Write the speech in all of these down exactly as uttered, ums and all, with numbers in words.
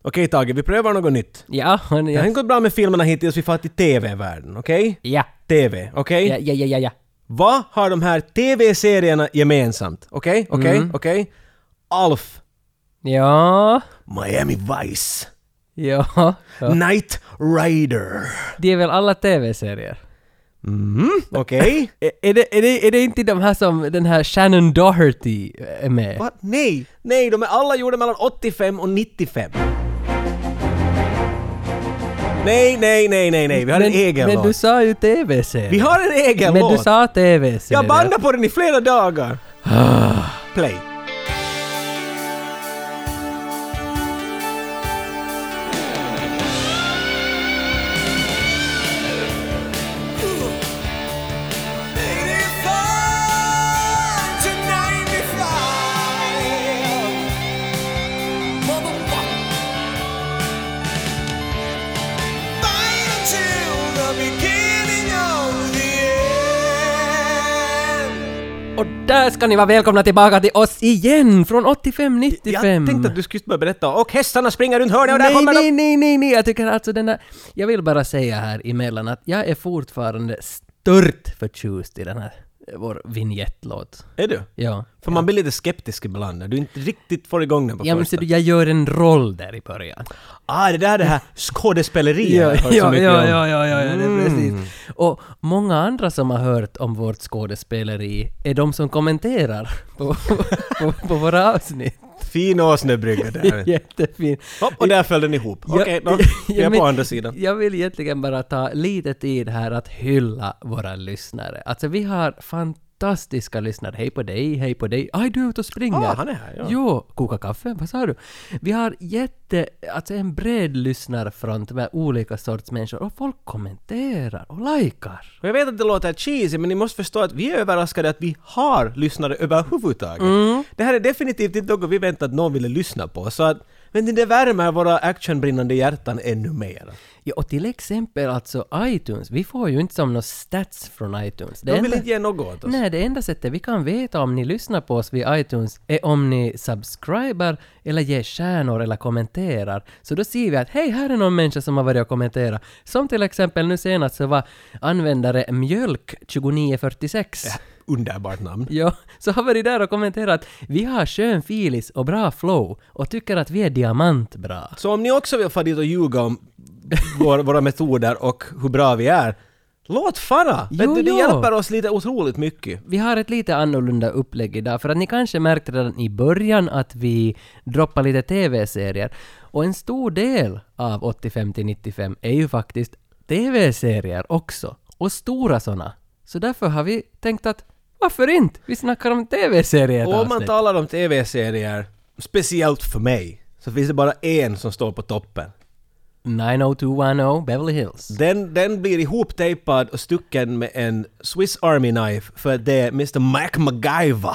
Okej Tage, vi prövar något nytt. Ja, men Det har jag... inte gått bra med filmerna hittills, vi får till T V-världen, okej? Ja. T V, okej? Ja, ja, ja, ja, ja. Vad har de här T V-serierna gemensamt? Okej, okej, Mm. okej? Alf, Ja. Miami Vice, Ja. ja. Knight Rider. Det är väl alla tv-serier? Mm, okej. Är, är, det, är, det, är det inte de här som den här Shannon Doherty är med? Vad? Nej, nej, de är alla gjorda mellan åttiofem och nittiofem. Nej, nej, nej, nej, nej, vi har men, en egen Men låt. du sa ju tv-serier. Vi har en egen Men låt. du sa tv-serier. Jag bandar på den i flera dagar. Play. Och där ska ni vara välkomna tillbaka till oss igen från åttiofem nittiofem. Jag tänkte att du skulle börja berätta. Och hästarna springer runt hörnet och där nej, kommer nej, de... nej, nej, nej, jag tycker alltså den här... Jag vill bara säga här emellan att jag är fortfarande stört förtjust i den här, vår vignettlåt. Är du? Ja. För man blir lite skeptisk ibland när du inte riktigt får igång den på Ja, men första. ser du, jag gör en roll där i början. Ah, det där är det här skådespeleriet. Ja, jag har hört så ja, mycket ja, om. ja, ja, ja, ja, det är Mm. precis. Och många andra som har hört om vårt skådespeleri är de som kommenterar på, på, på våra avsnitt. Fin åsnebrygga där. Jättefin. Hopp, och där föll den ihop. Ja, Okej, då. ja, Vi är men på andra sidan. Jag vill egentligen bara ta lite tid här att hylla våra lyssnare. Alltså vi har fantastiska lyssnare. Hej på dig, hej på dig. Aj, du är ute och springer. Ah, han är här, ja. Jo, koka kaffe, vad sa du? Vi har jätte, alltså en bred lyssnarfront med olika sorts människor och folk kommenterar och likar. Och jag vet att det låter cheesy, men ni måste förstå att vi är överraskade att vi har lyssnare överhuvudtaget. Mm. Det här är definitivt inte något vi väntar att någon ville lyssna på. Så att, men det värmer våra actionbrinnande hjärtan ännu mer. Ja, och till exempel alltså iTunes, vi får ju inte som några stats från iTunes. Det De vill enda- inte ge något åt oss. Nej, det enda sättet vi kan veta om ni lyssnar på oss via iTunes är om ni subscriber eller ger stjärnor eller kommenterar. Så då ser vi att hej, här är någon människa som har varit och kommentera. Som till exempel nu senast så var användare Mjölk tjugonio fyrtiosex. Ja, underbart namn. Ja, så har varit där och kommenterat att vi har skön filis och bra flow och tycker att vi är diamantbra. Så om ni också vill få dit och ljuga om vår, våra metoder och hur bra vi är, låt fara! Jo, Vet du, det jo. hjälper oss lite otroligt mycket. Vi har ett lite annorlunda upplägg idag för att ni kanske märkte redan i början att vi droppar lite tv-serier. Och en stor del av åttiofem till nittiofem är ju faktiskt tv-serier också. Och stora såna. Så därför har vi tänkt att varför inte? Vi snackar om tv-serier ett Och om man avsnitt. talar om tv-serier, speciellt för mig, så finns det bara en som står på toppen. nio oh två ett noll Beverly Hills. Den, den blir ihoptejpad och stucken med en Swiss Army knife för att det är mister Mac MacGyver.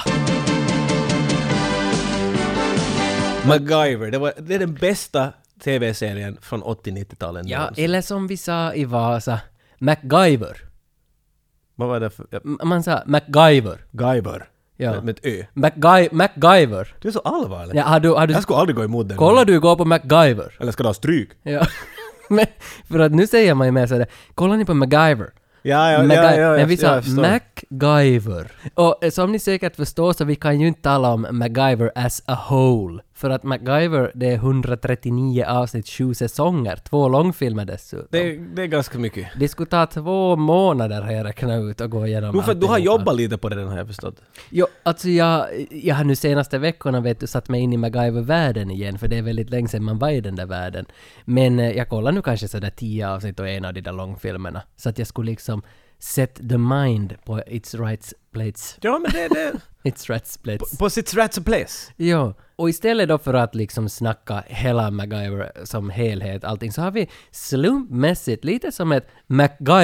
MacGyver, det, var, det är den bästa tv-serien från åttio-nittiotalet. Ja, någonsin. eller som vi sa i Vasa, MacGyver. Vad var det för... Ja, M- man sa MacGyver. Gyver. Ja. Med, med ett ö. MacGy- MacGyver. Du är så allvarlig. Ja, har du, har du, Jag skulle aldrig gå emot den. kollar du gå på MacGyver? Eller ska du ha stryk? Ja. Men, för att nu säger man ju mer sådär, kollar ni på MacGyver? Ja, ja, Maga- ja, ja, men vi jag- sa jag förstår. MacGyver. Och eh, som ni säkert förstår så vi kan ju inte tala om MacGyver as a whole. För att MacGyver, det är hundratrettionio avsnitt, sju säsonger, två långfilmer dessutom. Det, det är ganska mycket. Det skulle ta två månader har jag räknat ut och gå igenom Nu för att du har alltihopa. jobbat lite på det, den har jag förstått. Jo, alltså jag, jag har nu senaste veckorna vet du satt mig in i MacGyver-världen igen för det är väldigt länge sedan man var i den där världen. Men eh, jag kollar nu kanske sådär tio avsnitt och en av de där långfilmerna. Så att jag skulle liksom set the mind på its right place. Ja, men det är det. Its right place. På sitt rätt place. Ja, och istället då för att liksom snacka hela MacGyver som helhet, allting, så har vi slumpmässigt, lite som ett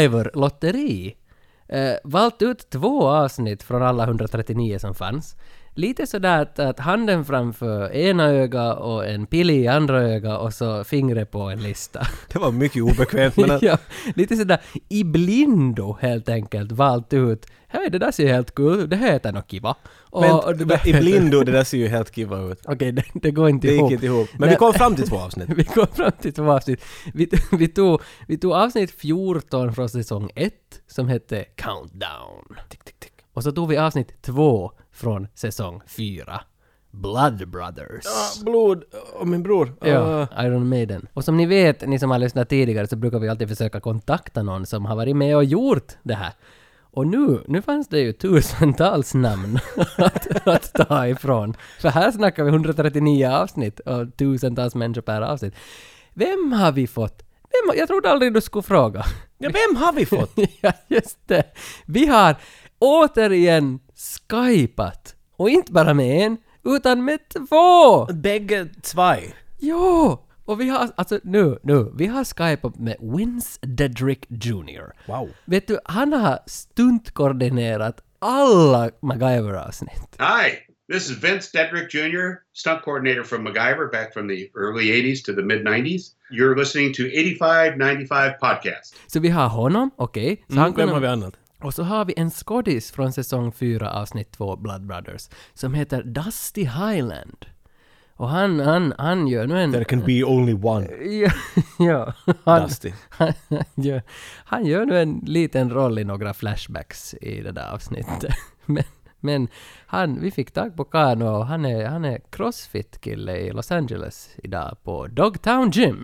MacGyver-lotteri, eh, valt ut två avsnitt från alla hundratrettionio som fanns. lite sådär att, att handen framför ena öga och en pil i andra öga och så fingret på en lista. Det var mycket obekvämt. Men att... ja, lite sådär i blindo helt enkelt valt ut. Hej, det där ser helt kul ut. Det heter något kiva. Och, men, och det där i blindo, det där ser ju helt kiva ut. Okej, okay, det, det går inte det ihop. Det gick inte ihop. Men Nej. vi kom fram till två avsnitt. vi kom fram till två avsnitt. Vi, vi, tog, vi tog avsnitt fjorton från säsong ett som hette Countdown. Tick, tick, tick. Och så tog vi avsnitt två från säsong fyra. Blood Brothers. Ja, blod. Och min bror. Ja, uh. Iron Maiden. Och som ni vet, ni som har lyssnat tidigare, så brukar vi alltid försöka kontakta någon som har varit med och gjort det här. Och nu, nu fanns det ju tusentals namn att, att ta ifrån. För här snackar vi hundratrettionio avsnitt och tusentals människor per avsnitt. Vem har vi fått? Vem, jag trodde aldrig du skulle fråga. Ja, vem har vi fått? ja, just det. Vi har återigen skypat. Och inte bara med en, utan med två! Bägge två. Jo! Och vi har, alltså nu, nu, vi har skypat med Vince Dedrick junior Wow. Vet du, han har stuntkoordinerat alla MacGyver-avsnitt. Hi, this is Vince Dedrick junior, stunt coordinator from MacGyver back from the early eighties to the mid nineties. You're listening to eighty-five ninety-five podcast. Så vi har honom, okej. Okay. Mm, vem har vi annat? Och så har vi en skådis från säsong fyra avsnitt två Blood Brothers som heter Dusty Highland. Och han, han, han gör nu en... There can be only one. Ja, ja. Han, Dusty. Han, han, gör, han gör nu en liten roll i några flashbacks i det där avsnittet. Men, men han, vi fick tag på Kano och han är, han är crossfit-kille i Los Angeles idag på Dogtown Gym.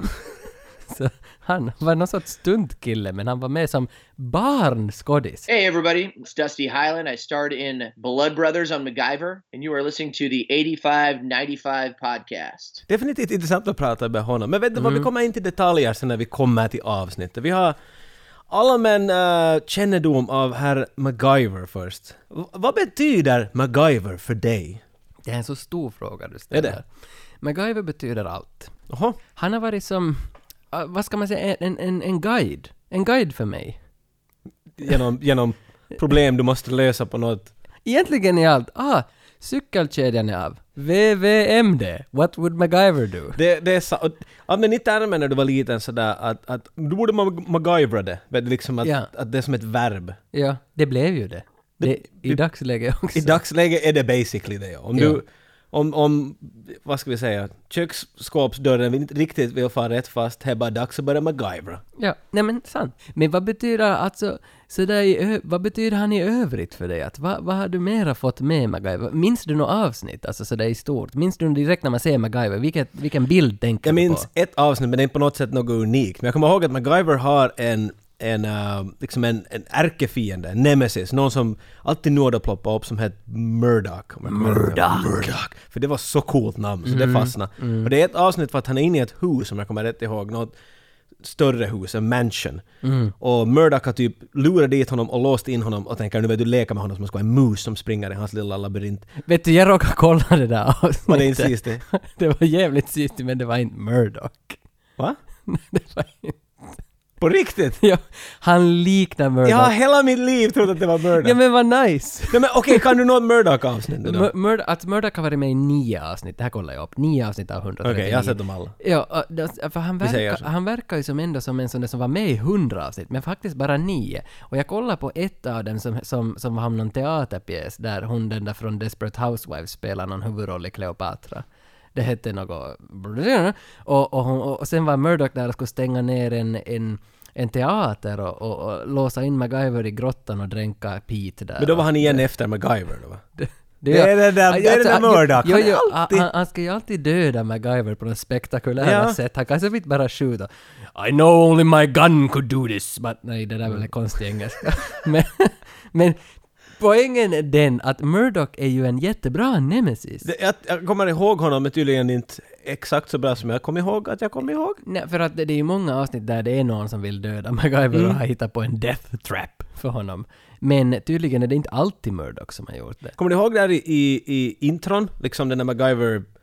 Så han var någon sorts stuntkille, men han var med som barnskådis. Hey everybody, it's Dusty Highland. I starred in Blood Brothers on MacGyver, and you are listening to the eighty-five ninety-five podcast. Definitivt intressant att prata med honom. Men vet du vad, vi kommer in till detaljer sen när vi kommer till avsnittet. Vi har allmän uh, kännedom av herr MacGyver först. V- vad betyder MacGyver för dig? Det är en så stor fråga du ställer. Är det? MacGyver betyder allt. Jaha. Han har varit som, uh, vad ska man säga, en, en, en guide. En guide för mig. Genom, genom problem du måste lösa på något. Egentligen är allt. Ah, cykelkedjan är av. V V M D. What would MacGyver do? Det, det är så, använde inte termen när du var liten sådär att, att du borde MacGyvera det. Liksom att, Ja. att det är som ett verb. Ja, det blev ju det. det, Det- I dagsläget också. I dagsläget är det basically det. Om Ja. du, om, om, vad ska vi säga, köksskåpsdörren inte riktigt vill fara rätt fast, det är bara dags att börja MacGyvera. Ja, nej men sant. Men vad betyder alltså, så där i ö- vad betyder han i övrigt för dig? Att, vad, vad har du mera fått med MacGyver? Minns du något avsnitt, alltså sådär i stort? Minns du direkt när man ser MacGyver? Vilket, vilken bild tänker Jag du minns på? ett avsnitt, men det är på något sätt något unikt. Men jag kommer ihåg att MacGyver har en, en, uh, liksom en, en ärkefiende, en nemesis, någon som alltid nådde ploppa upp som hette Murdoch. om jag kommer ihåg. Murdoch. Murdoch! För det var så coolt namn, så det fastnade. Och det är ett avsnitt för att han är inne i ett hus, om jag kommer rätt ihåg, något större hus, en mansion. Och Murdoch har typ lurat dit honom och låst in honom och tänker nu vill du leka med honom som ska vara en mus som springer i hans lilla labyrint. Vet du, jag råkade kolla det där avsnittet. Var det inte sist det? Det var jävligt sist, men det var inte Murdoch. Va? det var inte... På riktigt? Ja, han liknar Murdoch. Jag har hela mitt liv trott att det var Murdoch. Ja men vad nice! Nej men okej, kan du nå ett Murdoch-avsnitt då? Mur- Mur- att Murdoch har varit med i nio avsnitt, det här kollar jag upp. Nio avsnitt av hundratrettionio. Okej, jag har sett dem alla. Ja, och det- för han, Vi säger verkar, så. han verkar ju som ändå som en sån där som var med i hundra avsnitt, men faktiskt bara nio. Och jag kollar på ett av dem som, som, som var någon teaterpjäs där hon den där från Desperate Housewives spelar någon huvudroll i Cleopatra. Det hette något... Och, och, hon- och sen var Murdoch där och skulle stänga ner en, en, en teater och, och, och låsa in MacGyver i grottan och dränka Pete där. Men då var Och- han igen efter MacGyver då va? Det, Det är det där- det är det där Murdoch. Jo, Han är jo, alltid- han, han ska ju alltid döda MacGyver på något spektakulära Ja. sätt. Han kan så vitt bara skjuta. I know only my gun could do this. But, nej, det där var väl konstig engelska. men, men poängen är den att Murdoch är ju en jättebra nemesis. Det, jag, jag kommer ihåg honom, men tydligen inte exakt så bra som jag kom ihåg att jag kom ihåg. Nej, för att det, det är ju många avsnitt där det är någon som vill döda MacGyver Mm. och har hittat på en death trap för honom. Men tydligen är det inte alltid Murdoch som har gjort det. Kommer du ihåg där i, i, i intron, liksom den där MacGyver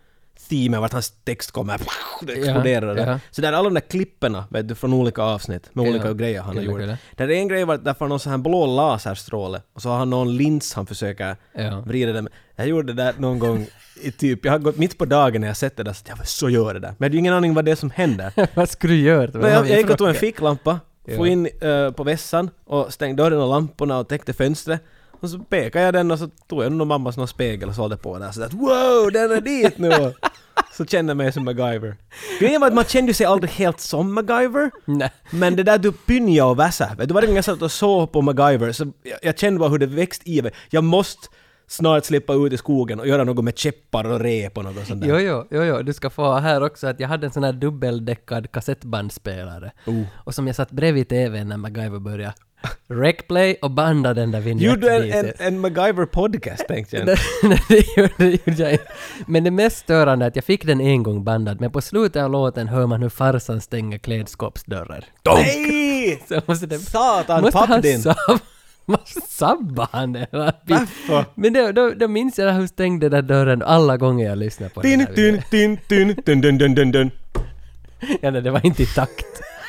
theme vart hans text kommer, det exploderar. Ja, ja. Så där alla de där klipperna, vet du, från olika avsnitt med olika Ja. grejer han har Kul, gjort. kul. Där är en grej var där får någon sån här blå laserstråle och så har han någon lins han försöker Ja. vrida det med. Jag gjorde det där någon gång i typ, jag har gått mitt på dagen när jag sett det där så jag vill så göra det där. Men jag hade ju ingen aning vad det är som händer. Vad skulle du göra? Men jag, jag gick och tog en ficklampa, Ja. få in uh, på vässan och stängde dörren och lamporna och täckte fönstret. Och så pekade jag den och så tog jag nog mammas någon spegel och sålde på där. Så att wow, den är dit nu! Så kände jag mig som MacGyver. Grejen var att man kände sig aldrig helt som MacGyver. Nej. Men det där du pynja och vässa. Vet du, varje gång jag satt och såg på MacGyver så jag, jag kände bara hur det växt i mig. Jag måste snart slippa ut i skogen och göra något med käppar och rep och något sånt där. Jo, jo, jo, jo, du ska få här också att jag hade en sån här dubbeldäckad kassettbandspelare. Oh. Och som jag satt bredvid tvn när MacGyver började recplay och banda den där Gjorde en, en, vignettviset. en MacGyver-podcast tänkte jag. Nej, det gjorde, det gjorde jag inte. Men det mest störande är att jag fick den en gång bandad, men på slutet av låten hör man hur farsan stänger klädskåpsdörrar. Nej! Så måste det, Satan, måste papp han din! sab- måste sabba han eller? Varför? Men då, då, då minns jag hur han stängde den där dörren alla gånger jag lyssnade på Din, den här din, din, din, din, din, din, din, din. Ja, nej, det var inte i takt.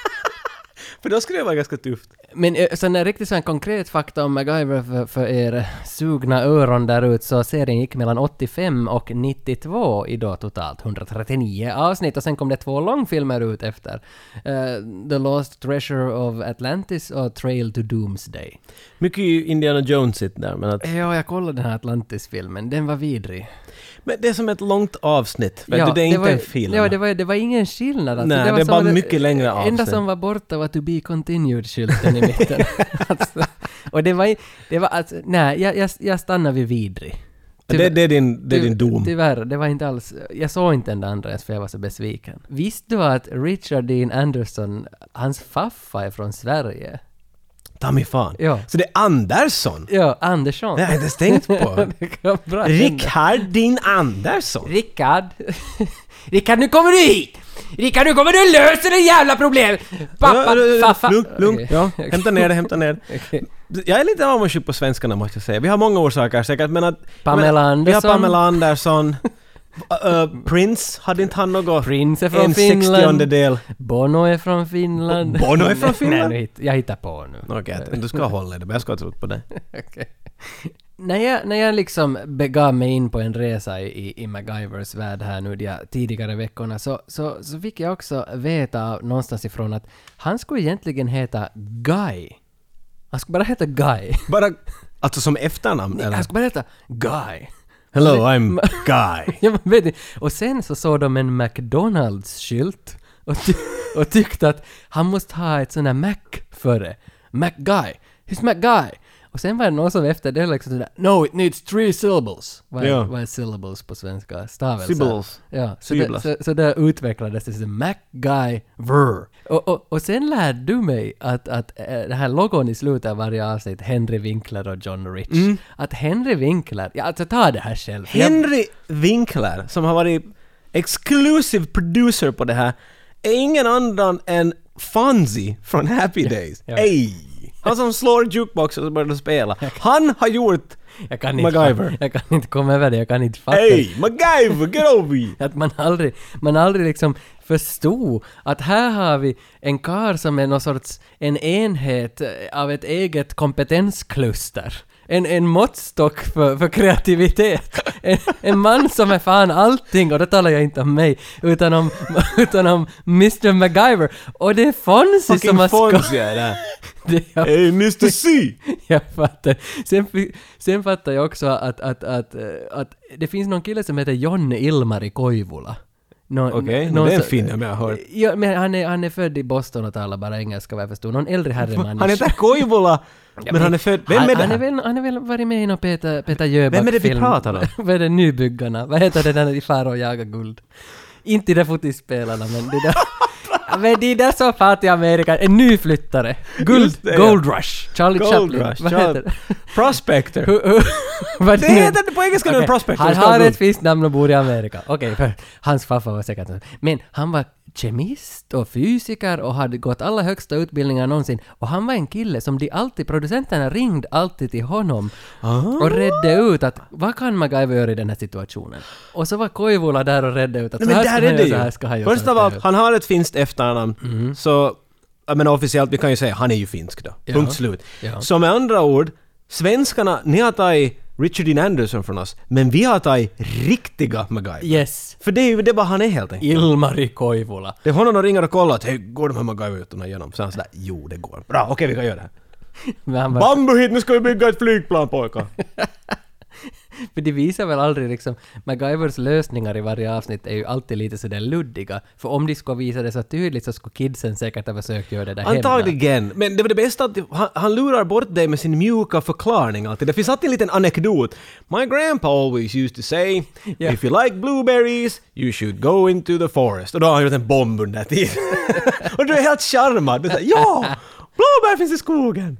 För då skulle det vara ganska tufft. Men eh, sån där riktigt sån konkret fakta om MacGyver för, för er sugna öron där ut, så serien gick mellan åttiofem och nittiotvå i då totalt hundratrettionio avsnitt, och sen kom det två långfilmer ut efter. Uh, The Lost Treasure of Atlantis och Trail to Doomsday. Mycket Indiana Jones sitt där, men att... Ja, jag kollade den här Atlantis-filmen, den var vidrig. Men det är som ett långt avsnitt, vet Ja, du, det är inte var, en film. Ja, det var, det var ingen skillnad. Alltså, Nej, det var det är som bara att- mycket längre avsnitt. enda som var borta var to be continued-skylten i mitten. alltså, och det var, i- det var alltså, nej, jag, jag, jag stannar vid vidrig. det, det är din, det är din Ty- dom. Tyvärr, det var inte alls... Jag såg inte den där andra ens för jag var så besviken. Visste du att Richard Dean Anderson, hans faffa är från Sverige? Ta mig fan. Ja. Så det är Andersson? Ja, Andersson. Det har jag inte tänkt på. Det kan bra hända. Rickard Dean Andersson? Rickard. Rickard, nu kommer du hit! Rickard, nu kommer du lösa det jävla problem! Pappa, faffa... Lugn, lugn. Okej. Ja, hämta ner det, hämta ner det. Okej. Jag är lite avundsjuk på svenskarna måste jag säga. Vi har många orsaker säkert, men att... Pamela jag menar, Andersson. Vi har Pamela Andersson. Uh, Prince, hade inte han något... Prince är från en Finland. sextiondedel. Bono är från Finland. Bo- Bono är från Finland? Nej, nu hit, jag hittar på nu. Okej, okay, du ska hålla det, men jag ska ha trott på det. Okej. När jag, när jag liksom begav mig in på en resa i, i MacGyvers värld här nu de tidigare veckorna, så, så, så fick jag också veta någonstans ifrån att han skulle egentligen heta Guy. Han skulle bara heta Guy. Bara... Alltså som efternamn, eller? Han skulle bara heta Guy. Hello, I'm Guy. Ja, men vet ni, och sen så såg de en McDonalds-skylt och, ty- och tyckte att han måste ha ett sån här Mac före. MacGuy. Who's MacGuy? Och sen var det någon som efter det liksom sådär, no, it needs three syllables. Vad är, Ja. vad är syllables på svenska? Stavelser. Syllables. Ja, så det, Syllables. så, så det utvecklades det som MacGyver. Och, och, och sen lärde du mig att, att äh, det här logon i slutet av varje avsnitt, Henry Winkler och John Rich. Mm. Att Henry Winkler, ja alltså ta det här själv. Jag- Henry Winkler, som har varit exclusive producer på det här, är ingen annan än Fonzie från Happy Days. ja. Ey! Han som slår jukeboxen och börjar spela. Han har gjort Jag kan inte, MacGyver. Jag kan inte komma över det, jag kan inte fatta Ey! MacGyver, get over it! att man aldrig, man aldrig liksom förstod att här har vi en kar som är någon sorts, en enhet av ett eget kompetenskluster. En, en måttstock för, för kreativitet. En, en man som är fan allting, och då talar jag inte om mig, utan om, utan om mister MacGyver. Och det är Fonzie som har Fucking skapat... Fonzie är där. Det- jag- Ey, mister C! Jag fattar. Sen, fi- sen fattar jag också att, att, att, eh, att det finns någon kille som heter Jonne Ilmari Koivula. Nå- Okej, någon det är en så- film jag har hört. Ja, men han är, han är född i Boston och talar bara engelska vad jag förstår. Någon äldre herreman. Han heter Koivula, men han är född... Vem han, är det han, är här? väl, han är väl varit med i någon Peter, Peter Jöback Vem är det vi film. pratar om? Vad är det? Nybyggarna? Vad heter det där när de far och jagar guld? Inte de fotispelarna, men det där... Ja, men de där så far till Amerika. En nyflyttare. Guld, Just det, ja. Gold Rush. Charlie Gold Chaplin. Rush, Vad Charlie- heter det? Prospector. Hur- hur- vad Det nu- heter det på engelska nu, Okej, Prospector. Han Ska har gå. ett finskt namn och bor i Amerika. Okej, för hans farfar var säkert... Men han var kemist och fysiker och hade gått alla högsta utbildningar någonsin. Och han var en kille som de alltid, producenterna ringde alltid till honom Ah. och redde ut att vad kan MacGyver göra i den här situationen? Och så var Koivula där och redde ut att Nej, så men här där ska är han det göra, ju. så här ska han göra. Först av allt, han har ett finskt efternamn. Mm. Så, jag menar officiellt, vi kan ju säga han är ju finsk då. Ja. Punkt slut. Ja. Så med andra ord, svenskarna, ni har tagit Richard Dean Anderson från oss, men vi har tagit riktiga MacGyver. Yes. För det är ju det bara han är helt enkelt. Ilmari Koivula. Det är honom och ringer och kollar att hej, går de här MacGyver-ytorna igenom? Så han sådär, jo det går. Bra, okej vi kan göra det här. Men han var, Bambu hit, nu ska vi bygga ett flygplan pojkar. för de visar väl aldrig liksom, MacGyvers lösningar i varje avsnitt är ju alltid lite sådär luddiga. För om de ska visa det så tydligt så skulle kidsen säkert ha försökt göra det där hemma. Antagligen. Men det var det bästa att han, han lurar bort dig med sin mjuka förklaring alltid. Det finns alltid en liten anekdot. My grandpa always used to say Yeah. if you like blueberries you should go into the forest. Och då har han gjort en bomb under tiden. Och du är helt charmad. Du säger ja! Blåbär finns i skogen!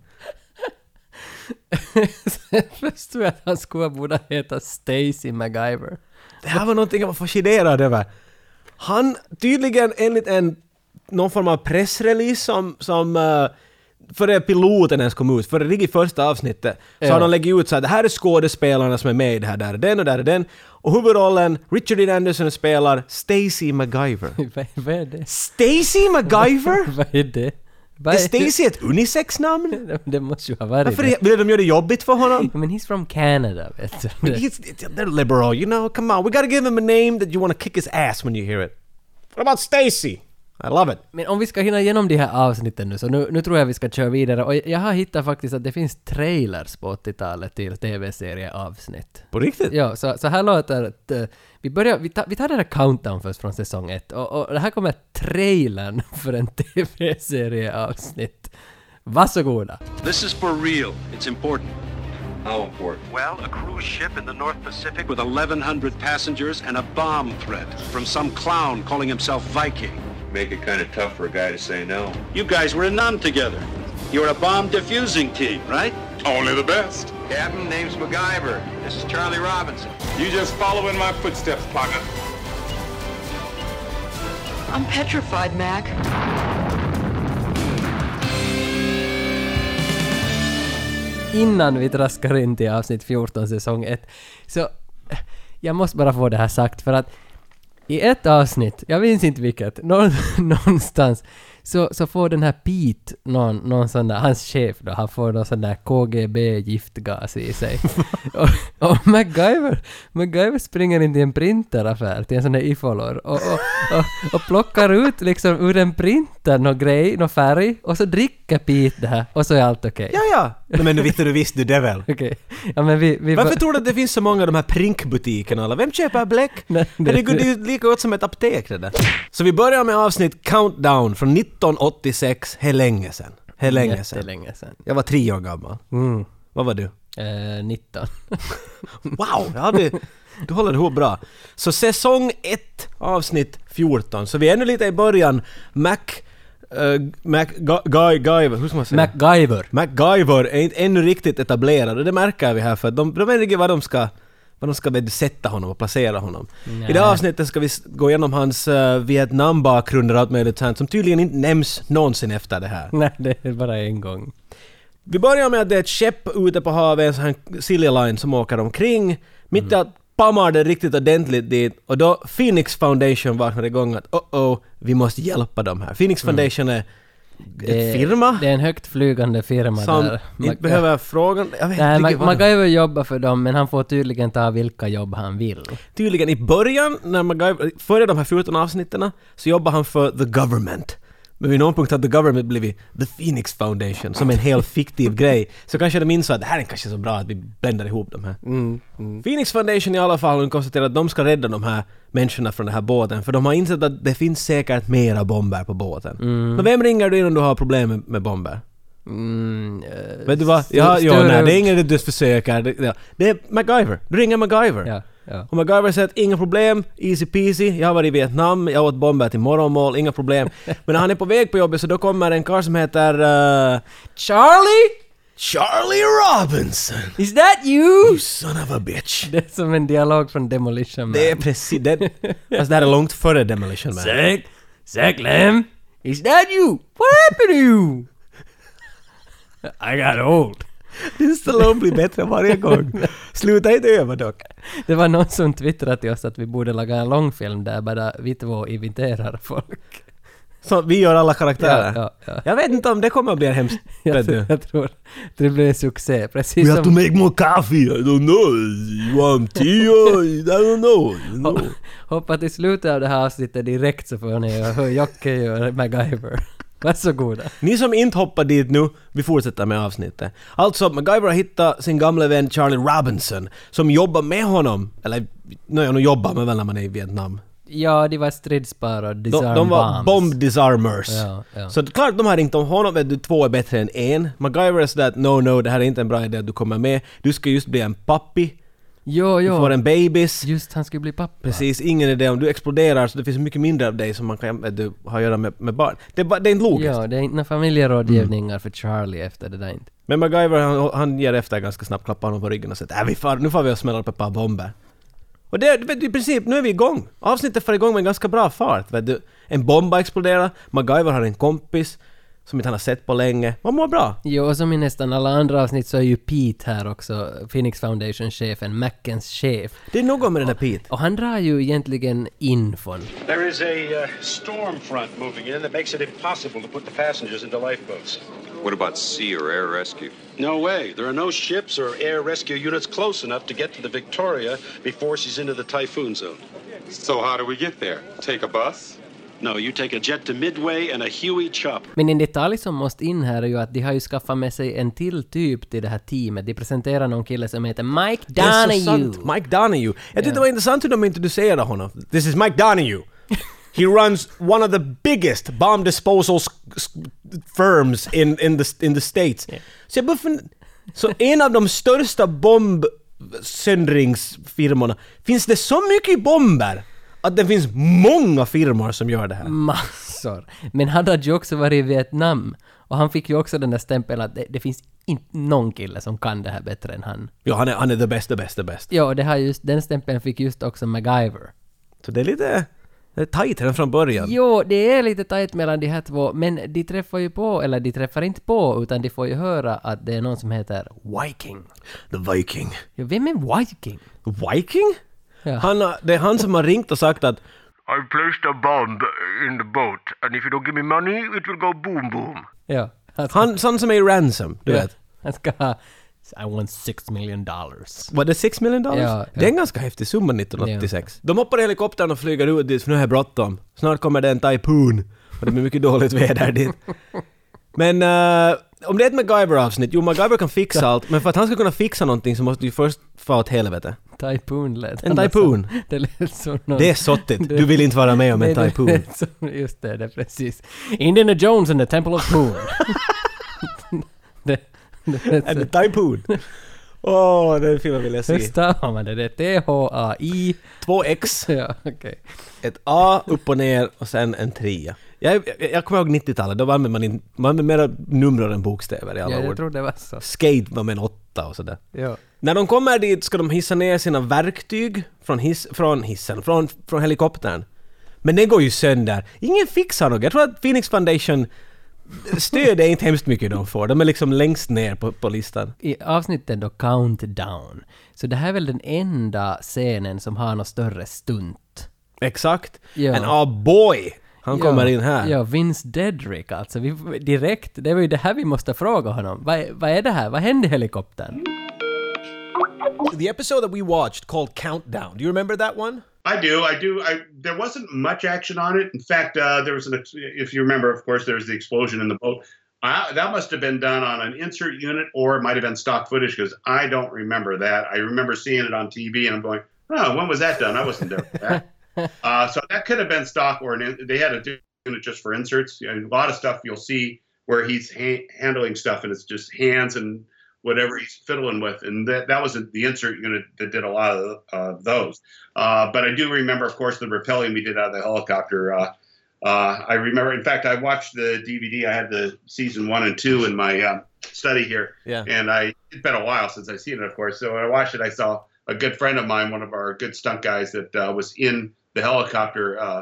Sen förstod jag att han skulle borde heta Stacy MacGyver. Det här var någonting jag var fascinerad över. Han, tydligen enligt en någon form av pressrelease som, som uh, före piloten ens kom ut, före riktigt första avsnittet, så Ja. har de lägger ut så här, det här är skådespelarna som är med i det här, där är den och där är den. Och huvudrollen, Richard Dean Anderson spelar Stacy MacGyver. Vad, vad är det? Stacy MacGyver? Vad är det? Vad Är Stacy ett unisex-namn? Det måste ju ha varit Varför det. vill de göra det jobbigt för honom? Men he's from Canada, vet du. But he's, they're liberal, you know, come on, we gotta give him a name that you want to kick his ass when you hear it. What about Stacy? I love it. Men om vi ska hinna igenom de här avsnitten nu, så nu, nu tror jag vi ska köra vidare. Och jag har hittat faktiskt att det finns trailers på åttiotalet till tv-serieavsnitt. På riktigt? Ja, så, så här låter att, uh, vi börjar, vi tar, vi tar den här countdown först från säsong ett. Och, och det här kommer trailern för en tv-serieavsnitt. Varsågoda. This is for real. It's important. How important? Well, a cruise ship in the North Pacific with eleven hundred passengers and a bomb threat from some clown calling himself Viking. Make it kind of tough for a guy to say no. You guys were in Nam together. You're a bomb defusing team, right? Only the best. Captain, name's MacGyver. This is Charlie Robinson. You just follow in my footsteps, partner. I'm petrified, Mac. Innan vi traskar in till avsnitt fjorton säsong ett, så eh, jag måste bara få det här sagt för att i ett avsnitt, jag minns inte vilket, någon, någonstans så, så får den här Pete, någon, någon sån där, hans chef då, han får någon sån där K G B-giftgas i sig. och, och MacGyver, MacGyver springer in till en printeraffär, till en sån där ifolor, och, och, och, och plockar ut liksom ur en printer någon grej, någon färg, och så dricker Pete det här, och så är allt okej. Ja, ja. Nej, men du visste du visst du det väl. Okej. Ja, men vi... vi Varför tror du att det finns så många av de här prinkbutikerna? Alla? Vem köper bläck? Nej, det, det- det, det är lika gott som ett apotek det där. Så vi börjar med avsnitt Countdown från nittonhundraåttiosex. Hur länge sedan? Hur länge sedan? Jättelänge sedan. Jag var tre år gammal. Mm. Vad var du? Eh, nitton. Wow! Jag hade, du håller ihop bra. Så säsong ett, avsnitt fjorton. Så vi är ännu lite i början. Mac... Uh, Mac... Guy... Guy... Guy hur ska man säga? MacGyver. MacGyver är inte ännu riktigt etablerad och det märker vi här för att de, de vet inte vad de ska vad de ska väl sätta honom och placera honom. Nej. I det här avsnittet ska vi s- gå igenom hans uh, Vietnam-bakgrund och allt möjligt sånt som tydligen inte nämns någonsin efter det här. Nej, det är bara en gång. Vi börjar med att det är ett skepp ute på havet, en sån här Silja Line som åker omkring. Mitt i att pammar det riktigt ordentligt dit och då Phoenix Foundation vaknar igång att oh oh, vi måste hjälpa dem här. Phoenix Foundation är en firma Det är en högt flygande firma som där. inte behöver frågan. Jag vet Nej, inte Ma- riktigt vad det- MacGyver jobbar för dem, men han får tydligen ta vilka jobb han vill. Tydligen i början, när MacGyver, före de här fjorton avsnitten, så jobbar han för the government. Men vid någon punkt har the government blivit the Phoenix Foundation, som en helt fiktiv grej. Så kanske de minns att det här är kanske så bra att vi bländar ihop de här. Mm, mm. Phoenix Foundation i alla fall har konstaterat att de ska rädda de här människorna från den här båten, för de har insett att det finns säkert mera bomber på båten. Mm. Men vem ringer du in om du har problem med, med bomber? Mm, eh, Vet du vad? st- Ja, ja, större- nej, det är ingen du försöker. Det, ja. det är MacGyver. Du ringer MacGyver. Ja, ja. Och MacGyver säger att inga problem, easy peasy, jag har varit i Vietnam, jag åt bomber till morgonmål, inga problem. Men när han är på väg på jobbet så då kommer en karl som heter... Uh, Charlie? Charlie Robinson! Is that you? You son of a bitch! Det är som en dialog från Demolition Man. Det är precis det. Fast det här är långt före Demolition Man. Säg, Zach Lamb? Is that you? What happened to you? I got old. Din Stallone blir bättre varje gång. Sluta inte över dock. Det var någon som twittrade till oss att vi borde laga en långfilm där bara vi två imiterar folk. Så vi gör alla karaktärer. Ja, ja, ja. Jag vet inte om det kommer att bli en hemskt. Jag, tror, jag tror det blir en succé. Precis We have to som... make more coffee. I don't know. You want tea? I don't know. No. Hoppa till slutet av det här avsnittet direkt så får ni höra Jocke gör MacGyver. Varsågoda. Ni som inte hoppar dit nu, vi fortsätter med avsnittet. Alltså, MacGyver har hittat sin gamla vän Charlie Robinson som jobbar med honom. Eller, nej, han jobbar med väl när man är i Vietnam. Ja, de var stridspar och disarm de, de var bombs. bomb disarmers. Ja, ja. Så klart de har ringt om honom, vet du, två är bättre än en. MacGyver är sådär att no, no, det här är inte en bra idé att du kommer med. Du ska just bli en pappi. Jo, jo. Du får en babys. Just, han skulle bli pappa. Precis, ingen idé. Om du exploderar så det finns mycket mindre av dig som man kan vet du, ha att göra med, med barn. Det är, bara, det är inte logiskt. Ja, det är inte några familjerådgivningar mm. för Charlie efter det där inte. Men MacGyver, han, han ger efter ganska snabbt, klappar honom på ryggen och säger äh, vi far, nu får vi och smälla upp ett par bomber. Och det, vet du, i princip, nu är vi igång. Avsnittet får igång med en ganska bra fart. Vet du, en bomba exploderar, MacGyver har en kompis som inte han har sett på länge. Man mår bra. Jo, och som i nästan alla andra avsnitt så är ju Pete här också, Phoenix Foundation-chefen, Mackens chef. Det är något med den där Pete. Och han drar ju egentligen infon. There is a uh, storm front moving in that makes it impossible to put the passengers into lifeboats. What about sea or air rescue? No way. There are no ships or air rescue units close enough to get to the Victoria before she's into the typhoon zone. So how do we get there? Take a bus? No, you take a jet to Midway and a Huey chopper. Men en detalj som måste in här är ju att de har ju skaffat med sig en till typ till det här teamet. De presenterar någon kille som heter Mike Donahue. Det är så sant. Mike Donahue. Jag tyckte yeah. det var intressant hur de introducerade honom. This is Mike Donahue. He runs one of the biggest bomb disposal firms in, in, the, in the States. Yeah. Så, jag bara fun- så en av de största bombsöndringsfirmorna, finns det så mycket bomber att det finns många firmor som gör det här? Massor. Men han hade ju också varit i Vietnam. Och han fick ju också den där stämpeln att det, det finns inte någon kille som kan det här bättre än han. Ja, han är, han är the best, the best, the best. Ja, det har just, den stämpeln fick just också MacGyver. Så det är lite... Det är tajt redan från början. Jo, det är lite tajt mellan de här två. Men de träffar ju på, eller de träffar inte på, utan de får ju höra att det är någon som heter Viking. The Viking. Ja, vem är Viking? Viking? Ja. Han, det är han som har ringt och sagt att I've placed a bomb in the boat and if you don't give me money it will go boom boom. Ja. Han, ska, han sån som är i ransom, du ja, vet. Han ska ha I want six million dollars. Var det six million dollars? Ja, ja. Det är en ganska häftig summa nittonhundraåttiosex. Ja. De hoppar i helikoptern och flyger ut dit för nu är det bråttom. Snart kommer det en typhoon och det blir mycket dåligt väder dit. Men uh, om det är ett MacGyver-avsnitt, jo, MacGyver kan fixa allt, men för att han ska kunna fixa någonting så måste du först få åt helvete. Typhoon lät. En typhoon. Det lät så någon... Det är sottigt. Du vill inte vara med om en typhoon. Just det, det är precis. Indiana Jones and the Temple of Poon. det, det, and the typhoon. Åh, oh, den filmen vill jag se. Hur stavar man det? Det är T H A I Två X. Ja, okej. Okay. Ett A upp och ner och sen en trea. Jag, jag, jag kommer ihåg nittiotalet, då använde man, in, man använde mera nummer än bokstäver i alla ja, ord. Jag tror det var så. Skate var med en åtta och sådär. Ja. När de kommer dit ska de hissa ner sina verktyg från, hiss, från hissen, från, från helikoptern. Men det går ju sönder. Ingen fixar något. Jag tror att Phoenix Foundation stöd är inte hemskt mycket de får. De är liksom längst ner på, på listan. I avsnittet då Countdown. Så det här är väl den enda scenen som har något större stunt. Exakt. Ja. And oh boy! Han ja, kommer in här. Ja, Vince Dedrick alltså. Vi, direkt, det var ju det här vi måste fråga honom. Vad, vad är det här? Vad hände i helikoptern? The episode that we watched called Countdown. Do you remember that one? I do. I do. I, there wasn't much action on it. In fact, uh, there was an, if you remember, of course, there was the explosion in the boat. I, that must have been done on an insert unit, or it might have been stock footage, because I don't remember that. I remember seeing it on T V, and I'm going, oh, when was that done? I wasn't there for that. uh, so that could have been stock, or an, they had a unit just for inserts. You know, a lot of stuff you'll see where he's ha- handling stuff, and it's just hands and whatever he's fiddling with, and that that was the insert unit that did a lot of uh, those. Uh, but I do remember, of course, the rappelling we did out of the helicopter. Uh, uh, I remember, in fact, I watched the D V D. I had the season one and two in my uh, study here, yeah. And I it's been a while since I've seen it, of course. So when I watched it, I saw a good friend of mine, one of our good stunt guys, that uh, was in the helicopter uh,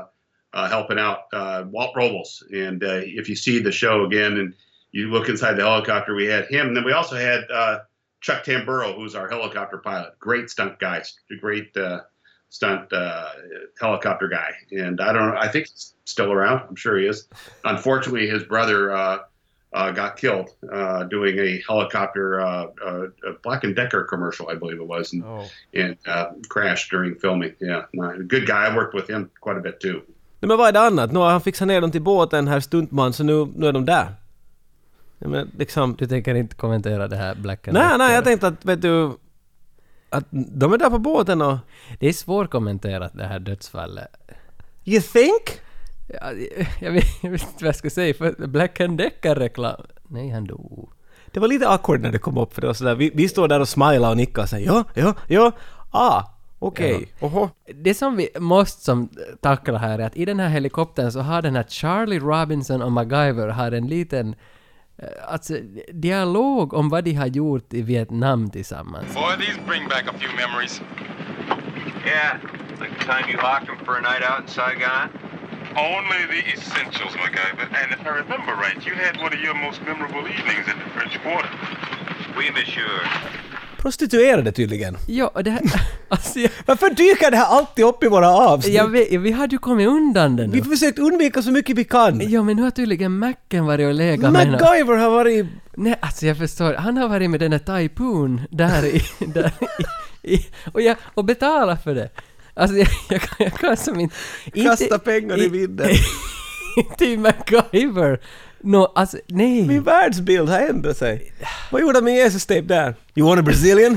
uh, helping out uh, Walt Robles. And uh, if you see the show again and you look inside the helicopter, we had him. And then we also had uh, Chuck Tamburo, who's our helicopter pilot. Great stunt guy, great uh, stunt uh, helicopter guy. And I don't know, I think he's still around. I'm sure he is. Unfortunately, his brother uh, uh, got killed uh, doing a helicopter, uh, uh, a Black and Decker commercial, I believe it was, and, oh. and uh, crashed during filming. Yeah, good guy. I worked with him quite a bit too. Nej, men vad är det annat? Nu har han fixat ner dem till båten här, stuntman, så nu, nu är de där. Ja, men liksom... Du tänker inte kommentera det här Black and Nej, Decker? nej, jag tänkte att, vet du, att de är där på båten och... Det är svårkommenterat det här dödsfallet. You think? Ja, jag, vet, jag vet inte vad jag ska säga, för Black and Decker-reklam... Nej, han dog. Det var lite awkward när det kom upp, för det var sådär, vi, vi står där och smilar och nickar och säger ja, ja, ja, ah, okej, okay. Ja. Oho. Det som vi måste som tackla här är att i den här helikoptern så har den här Charlie Robinson och MacGyver har en liten alltså, dialog om vad de har gjort i Vietnam tillsammans. Boy, these bring back a few memories. Yeah, like the time you locked him for a night out in Saigon. Only the essentials, MacGyver. And if I remember right, you had one of your most memorable evenings in the French Quarter. Oui, monsieur. Prostituerade tydligen. Ja, och det här... Alltså, jag, varför dyker det här alltid upp i våra avsnitt? Jag vet, vi hade ju kommit undan det nu. Vi har försökt undvika så mycket vi kan. Ja, men nu har tydligen Macken varit och legat med... MacGyver har varit... Nej, alltså jag förstår. Han har varit med den här Typhoon där i... där i, i och, jag, och betalat för det. Alltså jag, jag, kan, jag kan som inte... Kasta inte, pengar i vinden. Inte i MacGyver. No, alltså, nej. Min världsbild har ändrat sig. Vad gjorde min Jesus-tape där? You want a Brazilian?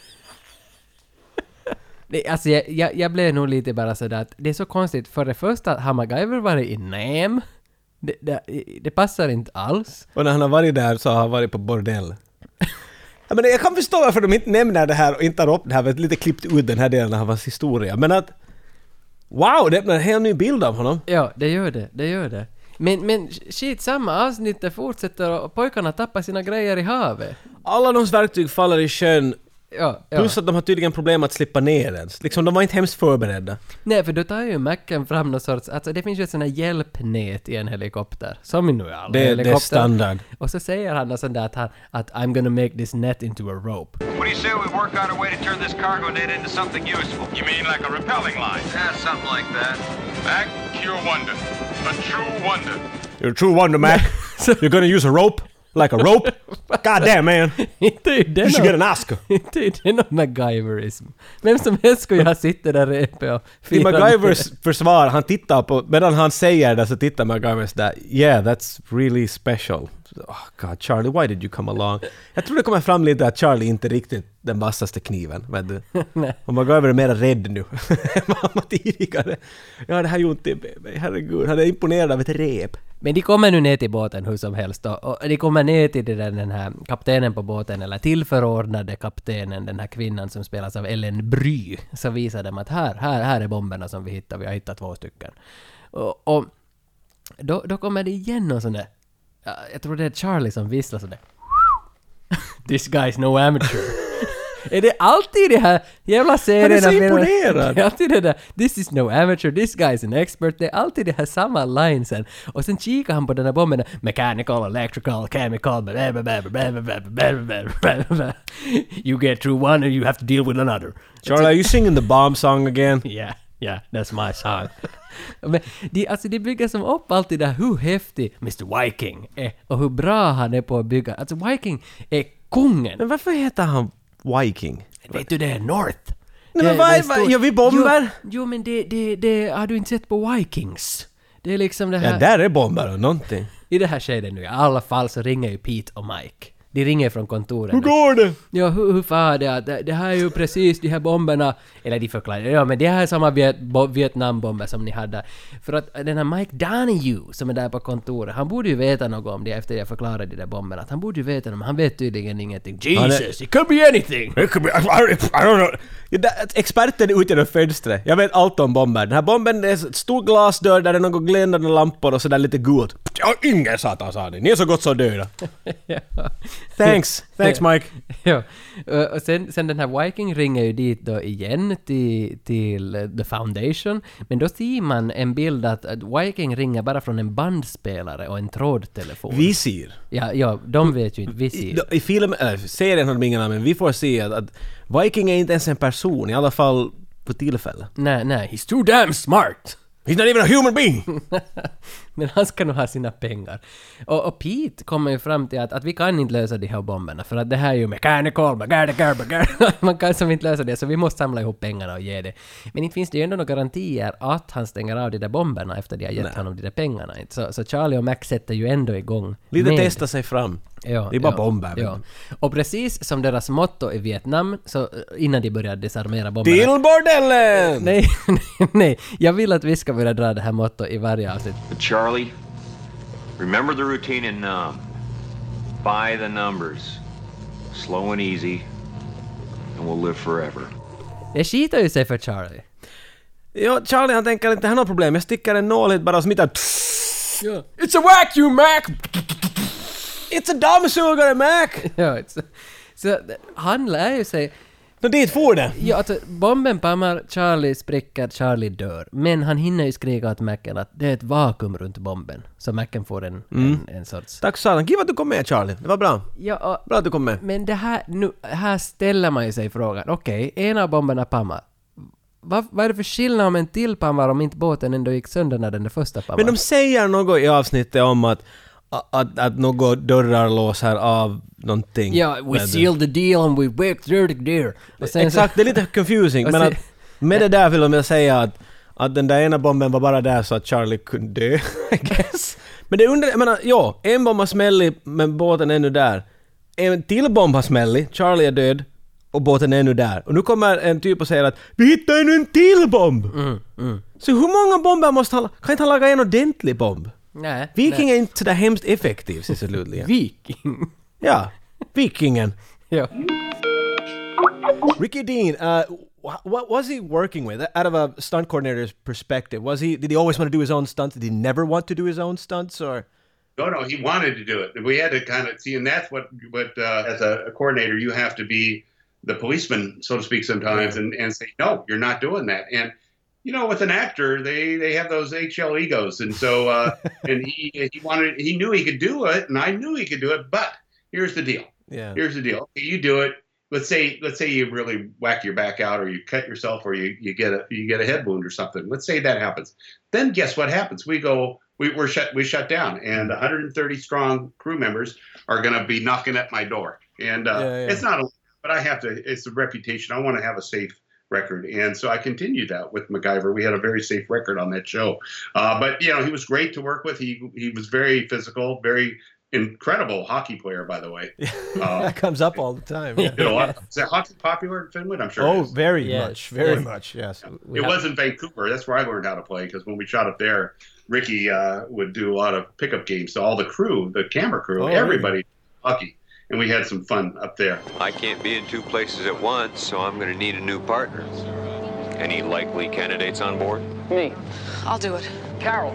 Nej, alltså jag, jag, jag blev nog lite bara sådär att det är så konstigt. För det första har MacGyver varit i Nam. Det, det, det passar inte alls. Och när han har varit där så har han varit på bordell. Ja, men jag kan förstå varför de inte nämner det här och inte tar upp det här. Vi har lite klippt ut den här delen av hans historia. Men att... Wow, det är en helt ny bild av honom. Ja, det gör det. Det gör det. Men, men shit, samma avsnitt fortsätter och pojkarna tappar sina grejer i havet. Alla de verktyg faller i sjön. Ja, ja. Plus att de har tydligen problem att slippa ner ens. Liksom, de var inte hemskt förberedda. Nej, för då tar ju Macken fram någon sorts... Alltså det finns ju ett sån här hjälpnät i en helikopter. Som i nu alla det, helikopter. Det är standard. Och så säger han något sånt där att, han, att I'm gonna make this net into a rope. What do you say we work out a way to turn this cargo net into something useful? You mean like a repelling line? Yeah, something like that. Mac, pure wonder. A true wonder. You're a true wonder, Mac. You're gonna use a rope? Like a rope? God damn, man. Inte ju den. You should get an Oscar. Inte ju den av MacGyverism. Vem som helst skulle ha sitter där uppe och I MacGyvers försvar, han tittar på, medan han säger det så tittar MacGyvers där, yeah, that's really special. Oh God, Charlie, why did you come along? Jag tror det kommer fram lite att Charlie inte riktigt den vassaste kniven, vet du. Och MacGyver är mer rädd nu än vad han tidigare. Ja, det här gjorde inte, herregud, han är imponerad av ett rep. Men de kommer nu ner till båten hur som helst och, och de kommer ner till den, den här kaptenen på båten eller tillförordnade kaptenen, den här kvinnan som spelas av Ellen Bry, så visar de att här, här, här är bomberna som vi hittar, vi har hittat två stycken. Och, och då, då kommer det igen och sån där, jag tror det är Charlie som visslar sådär. This guy's no amateur. Är det alltid det här jävla serien? Han är så imponerad. Det är alltid det där, this is no amateur, this guy is an expert. Det är alltid det här samma linesen. Och sen kikar han på den här bomben. Mechanical, electrical, chemical, blah, blah, blah, blah, blah, blah, blah, blah. You get through one and you have to deal with another. Charlie, are you singing the bomb song again? Yeah, yeah, that's my song. Men de, alltså de bygger som upp alltid där hur häftig mister Viking är och hur bra han är på att bygga. Alltså Viking är kungen. Men varför heter han Viking? Vet du, det är North. Nej, men vad är, gör vi bomber? Jo, jo men det, det, det har du inte sett på Vikings. Det är liksom det här... Ja, där är bomber och någonting. I det här skedet nu, i alla fall så ringer ju Pete och Mike. De ringer från kontoret. Hur går det? Ja, hur, hur fan det, det? Det här är ju precis de här bomberna. Eller de förklarar, ja men det här är samma Viet, bo, Vietnambomber som ni hade. För att den här Mike Donahue som är där på kontoret, han borde ju veta något om det efter jag förklarade de där bomberna. Att han borde ju veta något, men han vet tydligen ingenting. Jesus, it could be anything! It could be, I, I don't know. Ja, där, experten är ute genom fönstret. Jag vet allt om bomber. Den här bomben är en stor glasdörr där det är några glännande lampor och sådär lite gult. Ja, ingen satan sa det. Ni är så gott så döda. Ja. Thanks, thanks Mike. Ja, och sen, sen den här Viking ringer ju dit då igen till, till The Foundation, men då ser man en bild att, att Viking ringer bara från en bandspelare och en trådtelefon. Visir. Ja, ja, de vet ju inte Visir. I, i film, äh, serien har de ingen men vi får se att, att Viking är inte ens en person, i alla fall på tillfälle. Nej, nej, he's too damn smart! He's not even a human being! Men han ska nog ha sina pengar. Och, och Pete kommer ju fram till att, att vi kan inte lösa de här bomberna, för att det här är ju mechanical, mechanical, mechanical. Man kan som inte lösa det, så vi måste samla ihop pengarna och ge det. Men inte finns det ju ändå några garantier att han stänger av de där bomberna efter de har gett Nej. honom de där pengarna. Så, så Charlie och Max sätter ju ändå igång. Lite med. testa sig fram. Ja, det är bara ja, bomber. Ja. Och precis som deras motto i Vietnam, så innan de började desarmera bomberna... Till bordellen! Nej, nej, nej. Jag vill att vi ska börja dra det här motto i varje avsnitt. But Charlie, remember the routine in Nam. By the numbers. Slow and easy. And we'll live forever. Det skitar ju sig för Charlie. Ja, Charlie han tänker inte han har problem. Jag sticker en nål hit bara och smittar. Ja. It's a vacuum, Mac! It's a dammsugare, Mac! Ja, så, så han lär ju sig... Nå dit får det! Ja, alltså, bomben pammar, Charlie spricker, Charlie dör. Men han hinner ju skrika åt Macen att det är ett vakuum runt bomben. Så Macen får en, mm. en, en sorts... Tack satan, giv att du kom med Charlie. Det var bra. Ja, och, bra att du kom med. Men det här, nu, här ställer man ju sig frågan. Okej, okay, en av bomberna pammar. Vad, vad är det för skillnad om en till pammar om inte båten ändå gick sönder när den där första pammar? Men de säger något i avsnittet om att Att, att något dörrar låser av någonting. Ja, we sealed the deal and we worked through the deal. Exakt, det är lite confusing. Men att med det där vill de säga att, att den där ena bomben var bara där så att Charlie kunde dö, I guess. Men det undrar, jag menar, ja, en bomb har smällit men båten är ännu där. En till bomb har smällit, Charlie är död och båten är ännu där. Och nu kommer en typ och säger att vi hittar ännu en till bomb. Mm, mm. Så hur många bomber måste han... Kan inte han laga en ordentlig bomb? Nej. Viking nej. är inte sådär hemskt effektiv, slutligen. Viking? Ja, vikingen. Ja. Ricky Dean, uh, what was he working with? Out of a stunt coordinator's perspective, was he? Did he always want to do his own stunts? Did he never want to do his own stunts, or? No, no, he wanted to do it. We had to kind of see, and that's what, what uh, as a, a coordinator, you have to be the policeman, so to speak, sometimes, yeah. and, and say, no, you're not doing that. And you know, with an actor, they, they have those H L egos, and so uh, and he he wanted he knew he could do it, and I knew he could do it. But here's the deal. Yeah. Here's the deal. Okay, you do it. Let's say let's say you really whack your back out, or you cut yourself, or you, you get a you get a head wound or something. Let's say that happens. Then guess what happens? We go we we're shut we shut down, and one hundred thirty strong crew members are going to be knocking at my door, and uh, yeah, yeah. it's not. A, but I have to. It's a reputation. I want to have a safe record, and so I continued that with MacGyver. We had a very safe record on that show, uh, but you know he was great to work with. He he was very physical, very incredible hockey player, by the way. Uh, that comes up all the time. Yeah. You know, is that hockey popular in Finland? I'm sure. Oh, it is. very yes. much, very yes. much. Yes, we it have... was in Vancouver. That's where I learned how to play, because when we shot up there, Ricky uh, would do a lot of pickup games. So all the crew, the camera crew, oh, everybody, really? Hockey. And we had some fun up there. I can't be in two places at once, so I'm going to need a new partner. Any likely candidates on board? Me. I'll do it. Carol.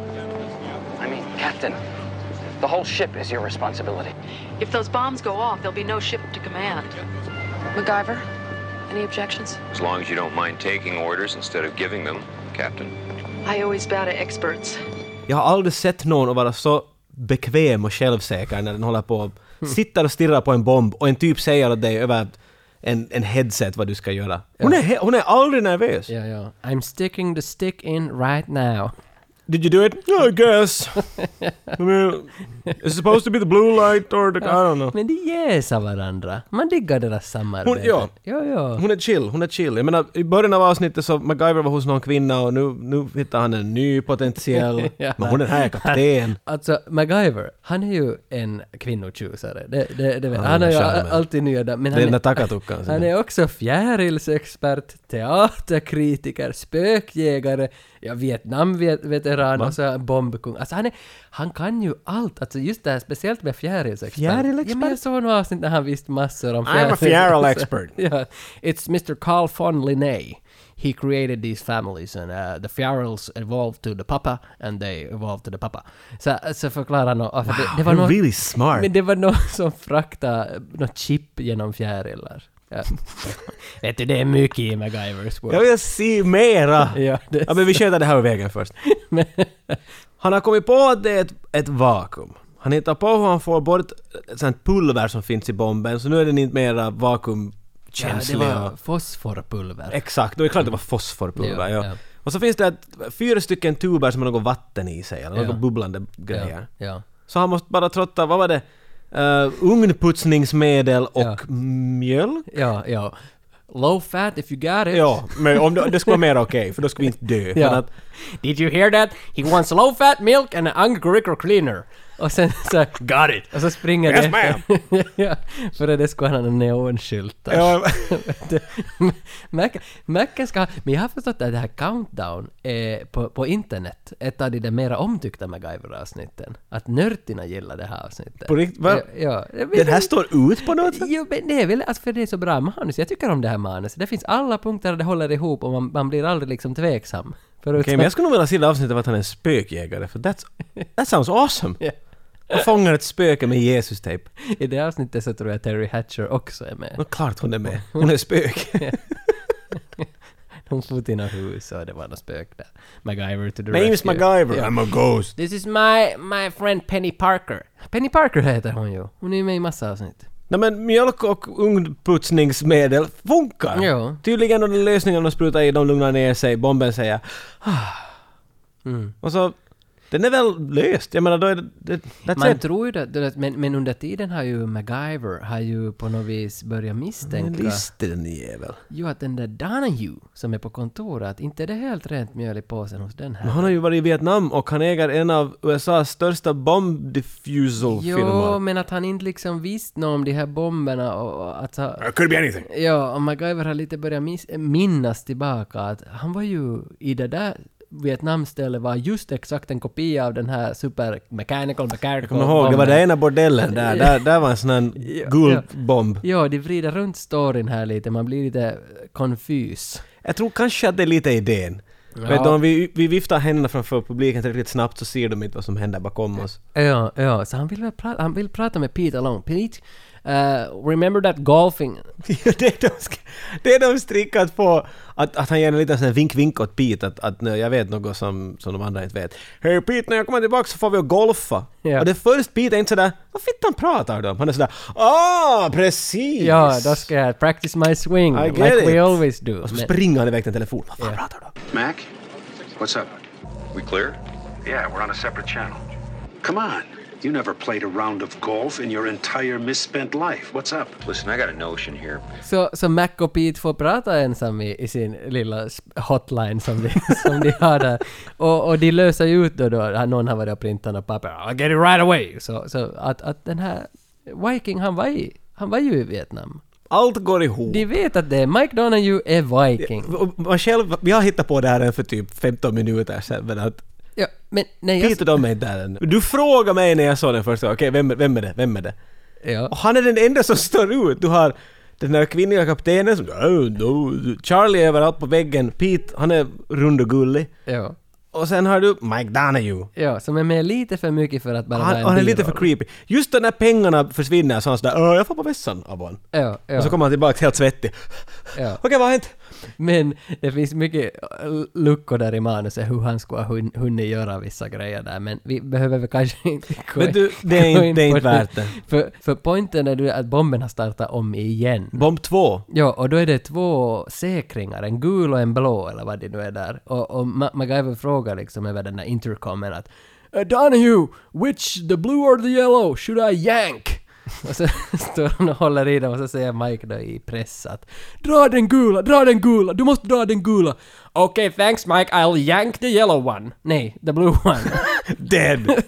I mean, Captain. The whole ship is your responsibility. If those bombs go off, there'll be no ship to command. MacGyver, any objections? As long as you don't mind taking orders instead of giving them, Captain. I always bow to experts. Jag har aldrig sett någon vara så bekväm och självsäker när den håller på sitter och stirrar på en bomb och en typ säger åt dig över en, en headset vad du ska göra. Hon, ja. är, hon är aldrig nervös. Ja, ja. I'm sticking the stick in right now. Did you do it? Oh, I guess. I mean, is it supposed to be the blue light or the... I don't know. Men de jäsar varandra. Man diggar deras samarbete. Hon, ja. Ja, ja. Hon är chill, hon är chill. Jag menar, i början av avsnittet så MacGyver var hos någon kvinna och nu, nu hittar han en ny potentiell. Ja. Men hon är här kapten. Alltså, MacGyver, han är ju en kvinnotjusare. Det, det, det vet. Ja, han har ju charmen. alltid nya där. Men det han, är takatukan, han är också fjärilsexpert, teaterkritiker, spökjägare, ja, Vietnam-veteran och så bombkung. Alltså han, är, han kan ju allt. Alltså just det här, speciellt med fjärilsexpert. Fjärilexpert? Ja, men jag såg några avsnitt när han visste massor om I'm a fjäril expert. Ja, it's mister Carl von Linné. he created these families and uh, the Farrells evolved to the papa and they evolved to the papa. Så, så förklarar han... Wow, det, det var något, really smart. Men det var något som fraktade något chip genom fjärilar. Ja. Vet du, det är mycket i MacGyvers world. Jag vill se mera. ja, det ja, men vi sköter det här ur vägen först. Han har kommit på att det är ett, ett vakuum. Han hittar på hur han får bort ett sånt pulver som finns i bomben, så nu är den inte mera vakuumkänslig. Ja, det var fosforpulver. Exakt, då är det klart att det var fosforpulver. Ja, ja. ja. Och så finns det ett, fyra stycken tuber som har något vatten i sig, eller ja. något bubblande grejer. Ja, ja. Så han måste bara trotta, vad var det? Uh, ugnputsningsmedel och ja. mjölk? Ja, ja. Low fat if you got it. Ja, men om det, det skulle vara mer okej, okay, för då skulle vi inte dö. ja. Att, Did you hear that? He wants low fat milk and an ungarical cleaner. Och sen så... Got it! Och så springer yes, det... ma'am! ja, för det skulle han ha en neonskyltar. Ja. Macke ska ha... Men jag har förstått att det här Countdown är på, på internet ett av de där mera omtyckta MacGyver-avsnitten. Att nörtina gillar det här avsnittet. På riktigt? Va? Ja, ja. Den här står ut på något sätt? Jo, men det är väl alltså för det är så bra manus. Jag tycker om det här manus. Det finns alla punkter där det håller ihop och man, man blir aldrig liksom tveksam. Okej, okay, men jag skulle nog vilja se det avsnittet av att han är en spökjägare, för that's, that sounds awesome! Yeah. Och fångar ett spöke med Jesus-tejp. I det avsnittet så tror jag Terry Hatcher också är med. Och klart hon är med. Hon är spök. Hon får till något hus och det var något spök där. MacGyver to the Name's rescue. MacGyver. Yeah. I'm a ghost. This is my, my friend Penny Parker. Penny Parker heter hon ju. Hon är ju med i massa avsnitt. Nej, men mjölk och ungputsningsmedel funkar. Jo. Tydligen, och den lösningen de sprutar i, de lugnar ner sig, bomben säger ah. mm. Och så den är väl löst. Jag menar, då är det, det man it. tror ju det, det men, men under tiden har ju MacGyver har ju på något vis börjat misstänka. Listar den jävel. Jo, att den där Donahue som är på kontoret, att inte är det helt rent mjöl i påsen hos den här. Men han har ju varit i Vietnam och han äger en av U S A:s största bombdifusal-firmor. Jo, men att han inte liksom visste något om de här bomberna och, och att... It could be anything. Ja, och MacGyver har lite börjat mis- minnas tillbaka att han var ju i det där Vietnamstället var just exakt en kopia av den här super mechanical mechanical. Jag kommer ihåg, det var det ena bordellen där. där, där var en sån här guldbomb. Ja, de vrider runt storyn här lite. Man blir lite confus. Jag tror kanske att det är lite idén. Ja. Vet du, om vi, vi viftar händerna framför publiken riktigt snabbt så ser de inte vad som händer bakom oss. Ja, ja. Så han vill, väl prata, han vill prata med Pete alone. Pete, uh, remember that golfing? det är de, det är de strickat på att, att han ger en liten sån här vink-vink åt Pete att, att jag vet något som, som de andra inte vet. Hej Pete, när jag kommer tillbaka så får vi att golfa. Ja. Och det först Pete är inte sådär, vad fittan pratar de? Han är sådär, ah, precis! Ja, då ska jag practice my swing, I like it. we always do. Och så springer han iväg till en telefon. Vad fan yeah. pratar de? Mac, what's up? We clear? Yeah, we're on a separate channel. Come on. You never played a round of golf in your entire misspent life. What's up? Listen, I got a notion here. Så, så Mac och Pete får prata ensam i, i sin lilla hotline som de, som de har där. Och, och de löser ju ut då, då någon har varit och printat något papper. I'll get it right away. Så, så att, att den här Viking, han var, i, han var ju i Vietnam. Allt går ihop. De vet att det är Mike Donahue är Viking. Ja, själv, vi har hittat på det här för typ femton minuter sedan, men att ja, men nej, jag... Peter de är inte där än. Du frågar mig när jag såg den första gången, okej, okay, vem, vem är det? Vem är det? Ja. Och han är den enda som står ut. Du har den där kvinnliga kaptenen som oh, no. Charlie är överallt på väggen. Pete, han är rund och gullig. Ja. Och sen har du Mike Donahue. Ja, som är med lite för mycket för att bara han, vara en han är biroll. lite för creepy. Just när pengarna försvinner så han sådär, jag får på vässan av honom. Ja, ja. Och så kommer han tillbaka helt svettig. Ja. Okej, vad har hänt? Men det finns mycket luckor där i manuset hur han skulle ha hun- hunnit göra vissa grejer där. Men vi behöver väl kanske inte gå Men du, det är inte, det är inte värt det. För, för pointen är du att bomben har startat om igen. Bomb två. Ja, och då är det två säkringar, en gul och en blå eller vad det nu är där. Och, och Ma- MacGyver frågar liksom över den där intercomen att uh, Donahue, which, the blue or the yellow, should I yank? Och så står han och håller i den och så säger Mike då i press att dra den gula, dra den gula, du måste dra den gula. Okej, okay, thanks Mike, I'll yank the yellow one. Nej, the blue one. Dead.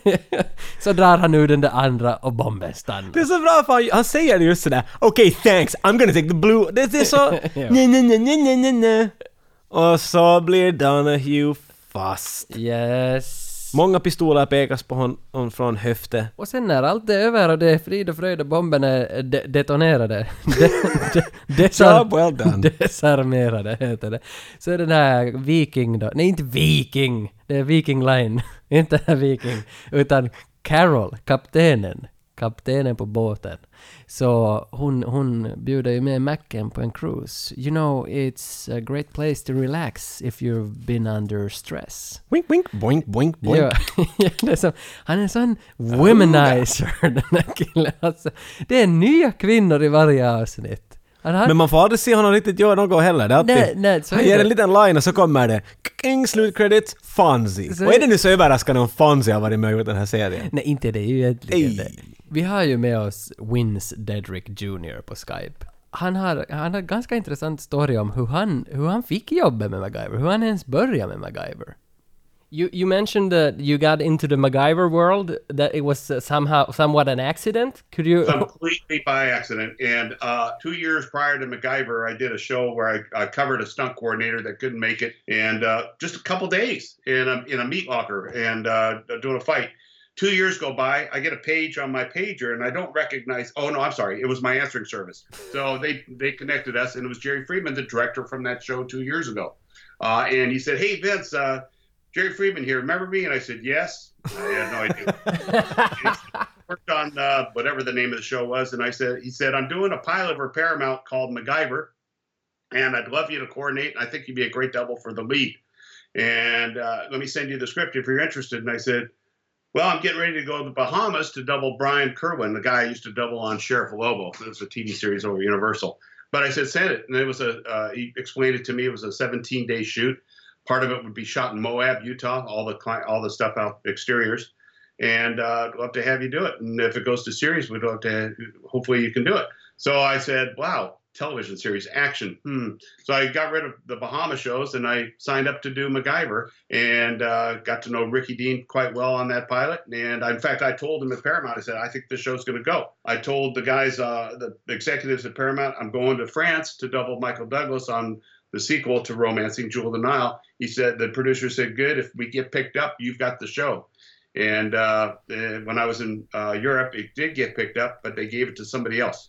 Så drar han ur den där andra och bomben stannar. Det är så bra för han, han säger just sådär, okej, okay, thanks, I'm gonna take the blue. Det, det är så ja. nej, nej, nej, nej, nej, nej. Och så blir Donahue fast. Yes. Många pistoler pekas på honom från höfte. Och sen när allt är över och det är frid och fröjd och bomben är de- detonerade. de- de- desar- Job well done. desarmerade heter det. Så är det den här Viking då. Nej, inte Viking. Det är Viking Line. Inte den här Viking. Utan Carol, kaptenen. Kaptenen på båten. Så hon, hon bjuder ju med Macken på en cruise. You know, it's a great place to relax if you've been under stress. Wink, wink, boink, boink, boink. Ja, det är som, han är en sån womanizer, den här killen. Alltså, det är nya kvinnor i varje avsnitt. Han har... Men man får aldrig se honom riktigt göra något heller. Det är alltid, Nej, nej, så är han ger det. en liten line och så kommer det King slutcredits, Fonzie. Så Och är är det nu så överraskande om Fonzie har varit med i den här serien? Nej, inte det är ju egentligen Ej. det. Vi har ju med oss Vince Dedrick junior på Skype. Han har, han har ganska intressant story om hur han, hur han fick jobbet med MacGyver, hur han ens började med MacGyver. You, you mentioned that you got into the MacGyver world, that it was uh, somehow, somewhat an accident. Could you... Completely by accident. And uh, two years prior to MacGyver, I did a show where I, I covered a stunt coordinator that couldn't make it, and uh, just a couple days in a, in a meat locker and uh, doing a fight. Two years go by, I get a page on my pager, and I don't recognize. Oh no, I'm sorry, it was my answering service. So they they connected us, and it was Jerry Friedman, the director from that show two years ago. Uh, and he said, "Hey Vince, uh, Jerry Friedman here. Remember me?" And I said, "Yes." I had no idea. He worked on uh, whatever the name of the show was, and I said, "He said I'm doing a pilot for Paramount called MacGyver, and I'd love you to coordinate. I think you'd be a great double for the lead. And uh, let me send you the script if you're interested." And I said, "Well, I'm getting ready to go to the Bahamas to double Brian Kerwin, the guy I used to double on Sheriff Lobo. It was a T V series over Universal." But I said, "Send it." And it was a, uh, he explained it to me. It was a seventeen day shoot. Part of it would be shot in Moab, Utah, all the cli- all the stuff out exteriors. And uh, I'd love to have you do it. And if it goes to series, we'd love to, hopefully you can do it. So I said, wow, television series, action. Hmm. So I got rid of the Bahama shows and I signed up to do MacGyver and uh, got to know Ricky Dean quite well on that pilot. And I, in fact, I told him at Paramount, I said, "I think this show's going to go." I told the guys, uh, the executives at Paramount, I'm going to France to double Michael Douglas on the sequel to Romancing Jewel of the Nile. He said, the producer said, "Good, if we get picked up, you've got the show." And uh, when I was in uh, Europe, it did get picked up, but they gave it to somebody else.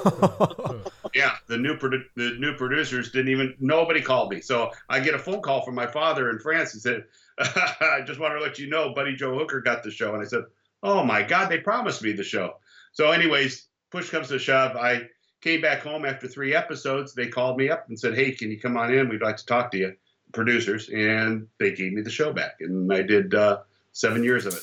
Yeah, the new produ- the new producers didn't even, nobody called me. So I get a phone call from my father in France. He said, "I just want to let you know, Buddy Joe Hooker got the show." And I said, "Oh my God, they promised me the show." So anyways, push comes to shove. I came back home after three episodes. They called me up and said, "Hey, can you come on in? We'd like to talk to you," producers. And they gave me the show back. And I did uh, seven years of it.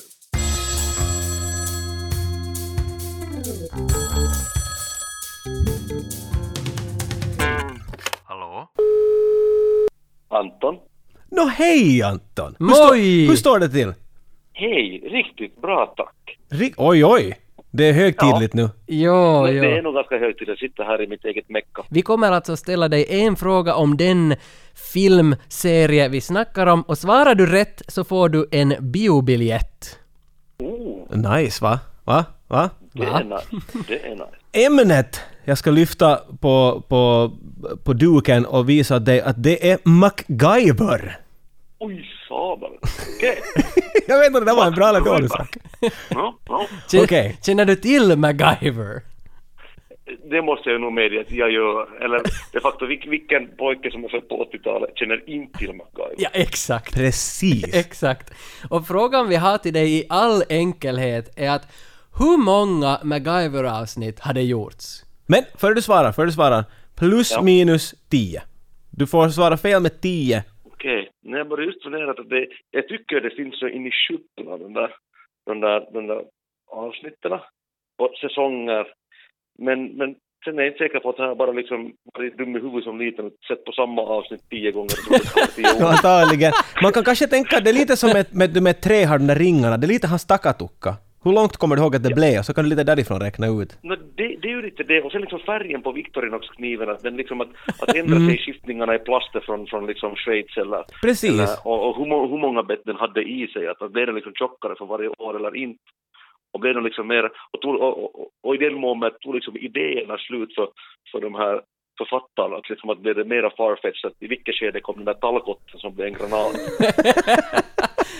Hallå? Anton? Nå hej Anton! Hur, Moi! stå, hur står det till? Hej, riktigt bra tack. Ri- oj oj! Det är högtidligt nu. Jo, Men det är jo. nog ganska högt att sitta här i mitt eget mecka. Vi kommer alltså ställa dig en fråga om den filmserie vi snackar om och svarar du rätt så får du en biobiljett. Oh, Nice va? Va? Va? det Va? är nice. Det är nice. Ämnet jag ska lyfta på, på, på duken och visa dig att det är MacGyver. Oj, sabel. Okej. Jag vet inte om det var en bra eller dålig sak. Ja, ja. Känner, Okej. känner du till MacGyver? Det måste jag nog medge att jag gör. Eller de facto, vilk, vilken pojke som är född på åttiotalet känner inte till MacGyver. Ja, exakt. Precis. Exakt. Och frågan vi har till dig i all enkelhet är att hur många MacGyver-avsnitt hade gjorts? Men före du svarar, före du svarar. Plus Ja. minus tio. Du får svara fel med tio. Okej, när jag började just fundera att det, jag tycker det finns så in i sjutton av den där, den där, den där avsnitten och säsonger. Men, men sen är jag inte säker på att jag bara liksom varit dum i huvudet som liten och sett på samma avsnitt tio gånger. Ja, antagligen. Man kan kanske tänka att det är lite som med, med, med tre har de där ringarna. Det är lite hans takatukka. Hur långt kommer du ihåg att det blev? Så kan du lite därifrån räkna ut. No, det, det är ju lite det. Och sen liksom färgen på Victorinox-kniven, att den liksom att, att ändra sig skiftningarna i plaster från, från liksom Schweiz eller... Precis. Eller, och och hur, må, hur många bett den hade i sig. Att, att blev den liksom tjockare för varje år eller inte. Och blev den liksom mer... Och, tog, och, och, och i den mån tog liksom idéerna slut för, för de här författarna. Att liksom att blev det mera farfetched att i vilket skede kom den där tallkotten som blev en granat.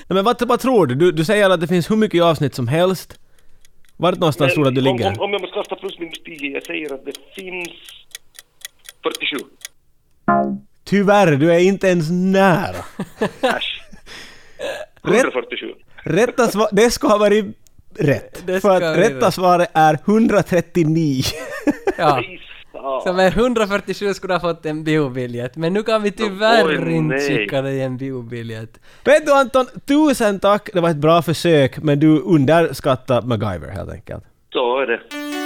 Men vad, vad tror du? du? Du säger att det finns hur mycket avsnitt som helst. Vart någonstans tror du att du ligger? Om, om, om jag måste kasta plus minus tio, jag säger att det finns fyrtiosju. Tyvärr, du är inte ens nära. Äsch. hundrafyrtiosju. Rätta svar, det ska ha varit rätt. Det för att rätta svaret är hundratrettionio. Ja. Så med hundrafyrtiosju skulle ha fått en biobiljett. Men nu kan vi tyvärr Oj, inte nej. skicka dig en biobiljett. Vet du Anton, tusen tack. Det var ett bra försök, men du underskattar MacGyver helt enkelt. Så är det.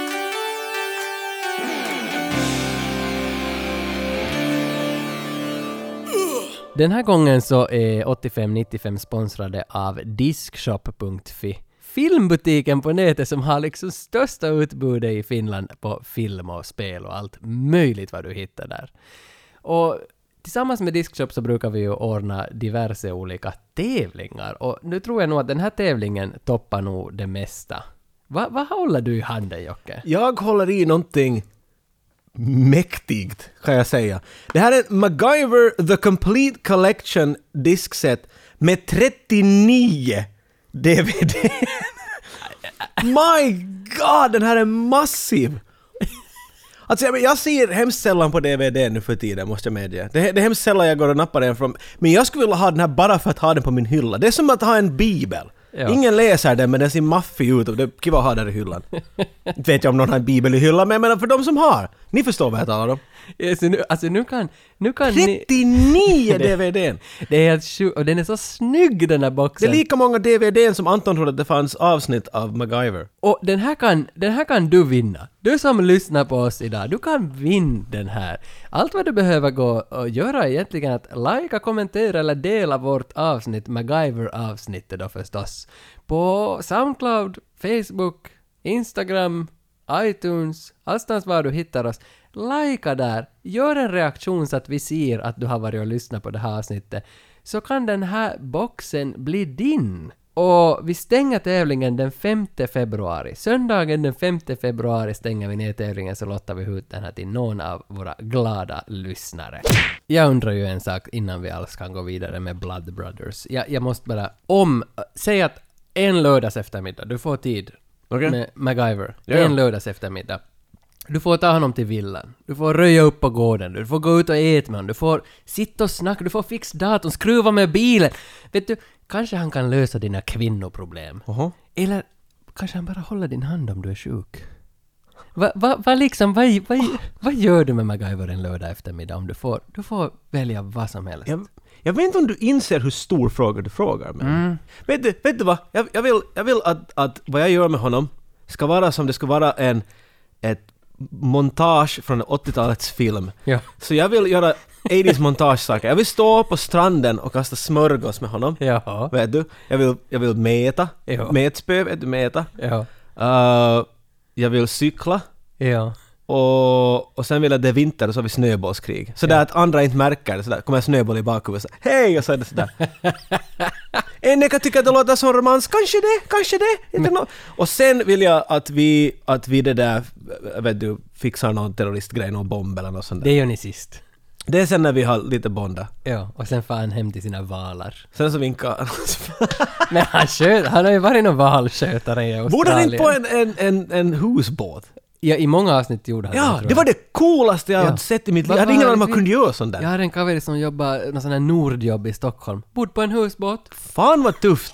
Den här gången så är åttiofem nittiofem sponsrade av Diskshop punkt fi. Filmbutiken på nätet som har liksom största utbudet i Finland på film och spel och allt möjligt vad du hittar där. Och tillsammans med Diskshop så brukar vi ju ordna diverse olika tävlingar. Och nu tror jag nog att den här tävlingen toppar nog det mesta. Va, vad håller du i handen, Jocke? Jag håller i någonting mäktigt, kan jag säga. Det här är MacGyver The Complete Collection diskset med trettionio D V D. My God, den här är massiv. Alltså jag, jag ser hemskt sällan på D V D nu för tiden, måste jag medge. Det, det är hemskt sällan jag går och nappar den från. Men jag skulle vilja ha den här bara för att ha den på min hylla. Det är som att ha en bibel. Ja. Ingen läser den, men den ser maffig ut och det är kul att ha där i hyllan. Inte vet jag om någon har en bibel i hyllan, men jag menar för de som har. Ni förstår vad jag talar om. Alltså nu, alltså nu kan, nu kan trettionio D V D! Det är helt sjukt, och den är så snygg den här boxen. Det är lika många D V D som Anton trodde att det fanns avsnitt av MacGyver. Och den här kan, den här kan du vinna. Du som lyssnar på oss idag, du kan vinna den här. Allt vad du behöver gå och göra är egentligen att likea, kommentera eller dela vårt avsnitt, MacGyver-avsnittet då förstås. På SoundCloud, Facebook, Instagram, iTunes, allstans var du hittar oss. Lajka där, gör en reaktion så att vi ser att du har varit och lyssnat på det här avsnittet. Så kan den här boxen bli din. Och vi stänger tävlingen den femte februari. Söndagen den femte februari stänger vi ner tävlingen, så lottar vi ut den här till någon av våra glada lyssnare. Jag undrar ju en sak innan vi alls kan gå vidare med Blood Brothers. Jag, jag måste bara, om, säg att en lördags eftermiddag, du får tid okay. med MacGyver. Ja. En lördags eftermiddag. Du får ta honom till villan. Du får röja upp på gården. Du får gå ut och äta med honom. Du får sitta och snacka. Du får fixa datorn, skruva med bilen. Vet du, kanske han kan lösa dina kvinnoproblem. Uh-huh. Eller kanske han bara håller din hand om du är sjuk. Vad va, va liksom, vad va, va, va gör du med MacGyver en lördag eftermiddag om du får, du får välja vad som helst? Jag, jag vet inte om du inser hur stor fråga du frågar mig. Mm. Vet du, vet du vad? Jag, jag vill, jag vill att, att vad jag gör med honom ska vara som det ska vara en ett montage från åttiotalets film. Ja. Så jag vill göra åttiotalet montagesaker. Jag vill stå på stranden och kasta smörgås med honom. Ja. Vet du? Jag vill, jag vill mäta. Ja. Mätspö, vet du, mäta. Ja. Uh, jag vill cykla. Ja. Och, och sen vill jag det är vinter och så har vi snöbollskrig. Så ja. Där att andra inte märker det. Så där kommer en snöboll i bakhuvudet och så hej, och så är det sådär. En kan tycka att det låter som romans. Kanske det, kanske det. Inte no- och sen vill jag att vi, att vi det där, vet du, fixar någon terroristgrej, någon bomb eller något sånt där. Det gör ni sist. Det är sen när vi har lite bonda. Ja, och sen får han hem till sina valar. Sen så vinkar Men han sköt, han har ju varit någon valskötare i Australien. Borde han inte på en, en, en, en husbåt? Ja, i många avsnitt gjorde han ja, det. Ja, det var det coolaste jag ja. sett i mitt liv. Jag hade ingen aning om man kunde göra sånt där. Jag hade en kaveri som jobbar någon sån här nordjobb i Stockholm. Bord på en husbåt. Fan vad tufft.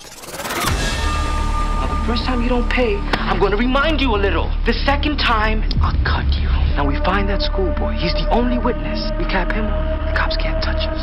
Now, the first time you don't pay, I'm going to remind you a little. The second time, I'll cut you. Now we find that schoolboy. He's the only witness. We cap him, the cops can't touch us.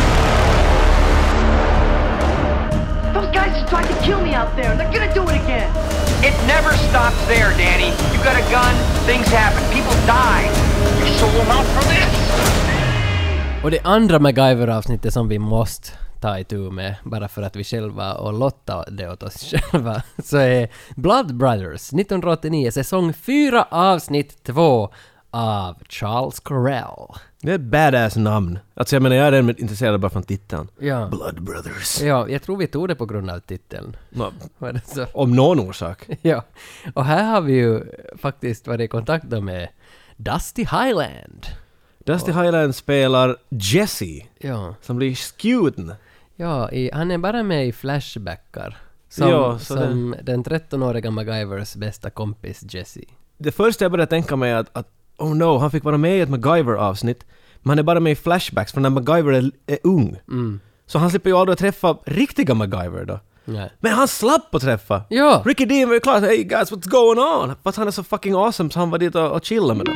Those guys just tried to kill me out there. They're gonna do it again. It never stops there, Danny. You got a gun, things happen, people die. You sold them out for this? Och det andra MacGyver-avsnittet som vi måste ta itu med, bara för att vi själva och Lotta det åt oss själva, så är Blood Brothers nittonhundraåttionio, säsong fyra, avsnitt två av Charles Correll. Det är ett badass namn. Alltså jag menar, jag är redan intresserad bara från titeln. Ja. Blood Brothers. Ja, jag tror vi tog det på grund av titeln. No. Var det så? Om någon orsak. Ja, och här har vi ju faktiskt varit i kontakt med Dusty Highland. Dusty och Highland spelar Jesse, ja. Som blir skjuten. Ja, i, han är bara med i flashbackar. Som, Ja, så som den trettonåriga MacGyvers bästa kompis Jesse. Det första jag började tänka mig är att, att oh no, han fick vara med i ett MacGyver-avsnitt, men han är bara med i flashbacks från när MacGyver är, är ung. Mm. Så han slipper ju aldrig träffa riktiga MacGyver då. Nej. Men han slapp att träffa. Ja. Ricky Dean var ju klart, hey guys, what's going on? Fast han är så fucking awesome så han var dit och, och chillade med dem.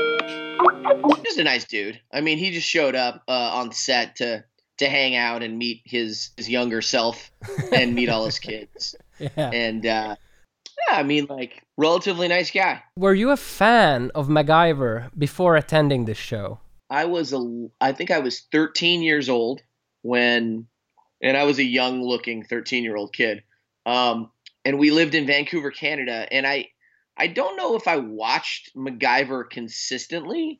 Just a nice dude. I mean, he just showed up uh, on set to to hang out and meet his his younger self and meet all his kids. Yeah. And uh, yeah, I mean, like, relatively nice guy. Were you a fan of MacGyver before attending this show? I was a, I think I was thirteen years old when, and I was a young-looking thirteen-year-old kid. Um, and we lived in Vancouver, Canada. And I, I don't know if I watched MacGyver consistently,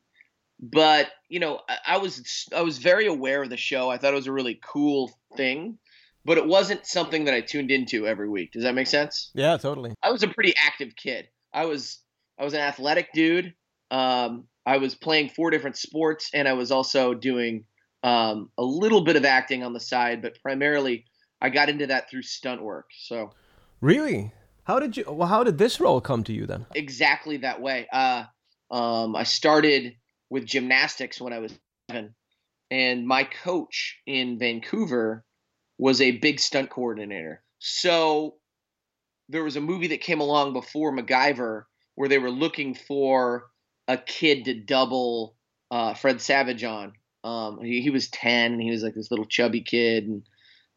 but you know, I, I was, I was very aware of the show. I thought it was a really cool thing, but it wasn't something that I tuned into every week. Does that make sense? Yeah, totally. I was a pretty active kid. I was, I was an athletic dude. Um, I was playing four different sports, and I was also doing um, a little bit of acting on the side, but primarily I got into that through stunt work. So, Really? How did you? Well, how did this role come to you then? exactly that way. Uh, um, I started with gymnastics when I was seven, and my coach in Vancouver was a big stunt coordinator. So there was a movie that came along before MacGyver where they were looking for a kid to double uh, Fred Savage on. Um, he, he was ten, and he was like this little chubby kid, and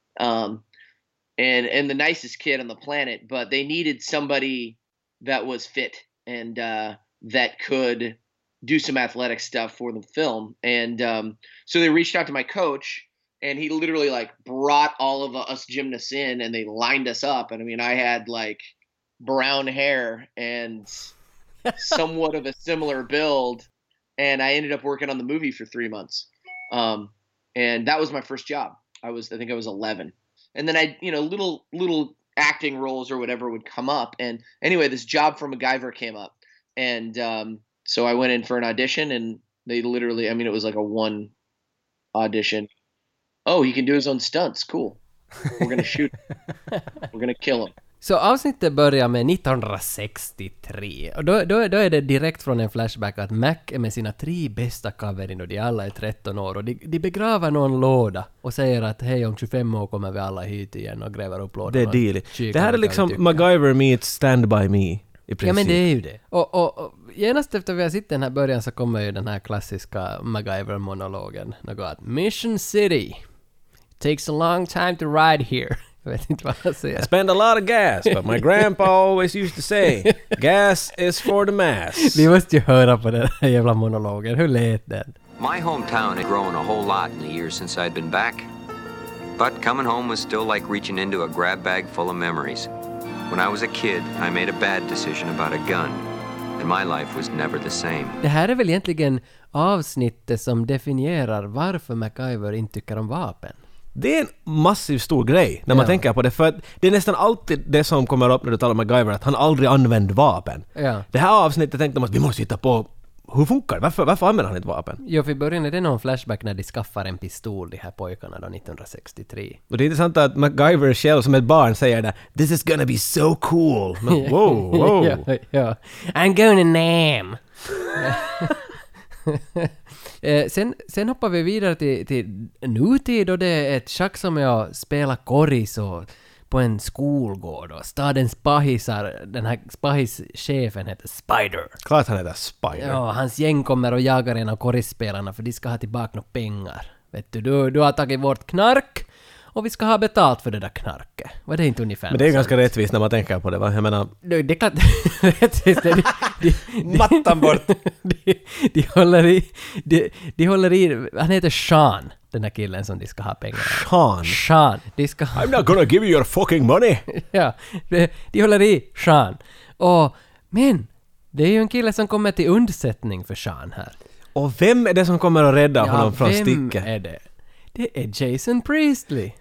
um, and and the nicest kid on the planet. But they needed somebody that was fit and uh, that could do some athletic stuff for the film. And um, so they reached out to my coach, and he literally like brought all of us gymnasts in, and they lined us up. And I mean, I had like brown hair and somewhat of a similar build, and I ended up working on the movie for three months. Um, and that was my first job. I was, I think I was eleven. And then I, you know, little, little acting roles or whatever would come up. And anyway, this job for MacGyver came up. And um, so I went in for an audition, and they literally, I mean, it was like a one audition. Oh, he can do his own stunts. Cool. We're going to shoot. We're going to kill him. Så avsnittet börjar med nittonhundrasextiotre. Och då, då, då är det direkt från en flashback att Mac är med sina tre bästa kaverin och de alla är tretton år. Och de, de begraver någon låda och säger att hej, om tjugofem år kommer vi alla hit igen och gräver upp lådan. Det är dealigt. Det här är liksom MacGyver meets Stand By Me i princip. Ja, men det är ju det. Och, och, och genast efter vi har sett den här början så kommer ju den här klassiska MacGyver-monologen. Något att Mission City. It takes a long time to ride here. Jag vet inte vad han säger. I spend a lot of gas, but my grandpa always used to say, gas is for the mass. Vi måste ju höra på den här jävla monologen. Hur lät den? My hometown had grown a whole lot in the years since I'd been back. But coming home was still like reaching into a grab bag full of memories. When I was a kid, I made a bad decision about a gun. And my life was never the same. Det här är väl egentligen avsnittet som definierar varför MacGyver inte tycker om vapen. Det är en massiv stor grej när man Ja. tänker på det, för att det är nästan alltid det som kommer upp när du talar om MacGyver, att han aldrig använder vapen. Ja. Det här avsnittet tänkte man att vi måste hitta på hur funkar det? Varför, varför använder han ett vapen? Jo, för i början är det någon flashback när de skaffar en pistol, de här pojkarna då, nittonhundrasextiotre. Och det är intressant att MacGyver själv som ett barn säger det, this is gonna be so cool. Men, wow, wow. ja, ja. I'm going to Nam. eh, sen, sen hoppar vi vidare till, till nutid, och det är ett schack som jag spelar korris och på en skolgård, och stadens pahisar, den här pahischefen heter Spider. Klart han heter Spider. Ja, hans gäng kommer och jagar en av korrisspelarna för de ska ha tillbaka några pengar. Vet du, du, du har tagit vårt knark och vi ska ha betalt för det där knarket. Var det inte ungefär? Men det är ganska rättvist när man tänker på det, va? Jag menar... Det, det kan... rättvist, de, de, de, Mattan bort! De, de håller i... De, de håller i... Han heter Sean, den här killen som de ska ha pengar. Sean? Sean. De ska ha... I'm not gonna give you your fucking money! ja, de, de håller i Sean. Och, men, det är ju en kille som kommer till undsättning för Sean här. Och vem är det som kommer att rädda ja, honom från vem sticket? är det? Det är Jason Priestley.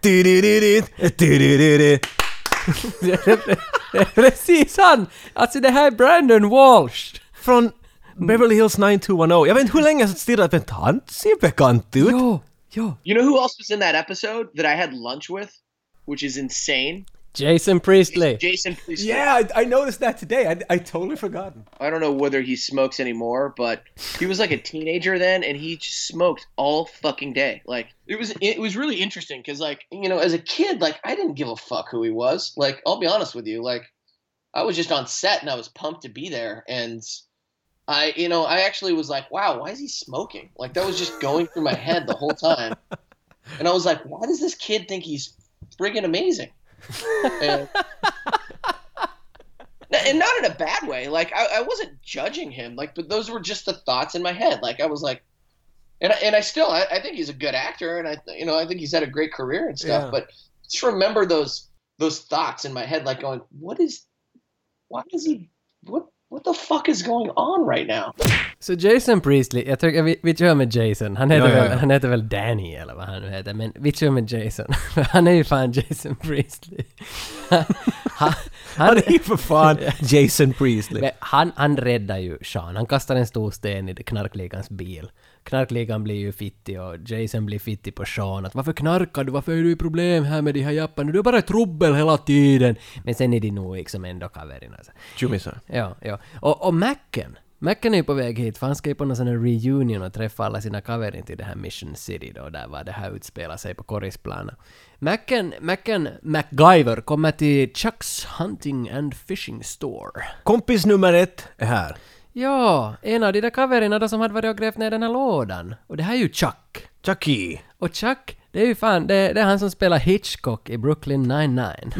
Precis han! Alltså det här är Brandon Walsh. Från Beverly Hills nio två ett noll. Jag vet inte hur länge jag stirrat, men han ser bekant ut. Jo, Jo. You know who else was in that episode that I had lunch with, which is insane? Jason Priestley. Jason Priestley. Yeah, I, I noticed that today. I, I totally forgotten. I don't know whether he smokes anymore, but he was like a teenager then, and he just smoked all fucking day. Like it was, it was really interesting because, like, you know, as a kid, like I didn't give a fuck who he was. Like, I'll be honest with you, like I was just on set and I was pumped to be there, and I, you know, I actually was like, wow, why is he smoking? Like that was just going through my head the whole time, and I was like, why does this kid think he's friggin' amazing? and, and not in a bad way. Like I, I wasn't judging him. Like, but those were just the thoughts in my head. Like I was like, and I, and I still I, I think he's a good actor, and I you know I think he's had a great career and stuff. Yeah. But just remember those those thoughts in my head, like going, what is, why is he, what what the fuck is going on right now? Så Jason Priestley, jag tycker vi, vi kör med Jason. Han heter, Ja, ja, ja. Väl, han heter väl Danny eller vad han nu heter. Men vi kör med Jason. Han är ju fan Jason Priestley. Han, han, Han är ju för fan Jason Priestley. Men han, han räddar ju Sean. Han kastar en stor sten i knarkligans bil. Knarkligan blir ju fittig och Jason blir fittig på Sean. Att varför knarkar du? Varför är du i problem här med de här japparna? Du är bara i trubbel hela tiden. Men sen är de nog liksom ändå kaverina. Alltså. Tjumisar. Ja, ja. Och, och Macken. Macken är ju på väg hit för han ska ju på någon sån här reunion och träffa alla sina kaverin till det här Mission City då, där var det här utspelar sig på Korrisplanen. Macken, Macken MacGyver kommer till Chuck's Hunting and Fishing Store. Kompis nummer ett är här. Ja, en av de där kaverina då som hade varit och grävt ner den här lådan. Och det här är ju Chuck. Chucky. Och Chuck, det är ju fan, det, det är han som spelar Hitchcock i Brooklyn Nine-Nine.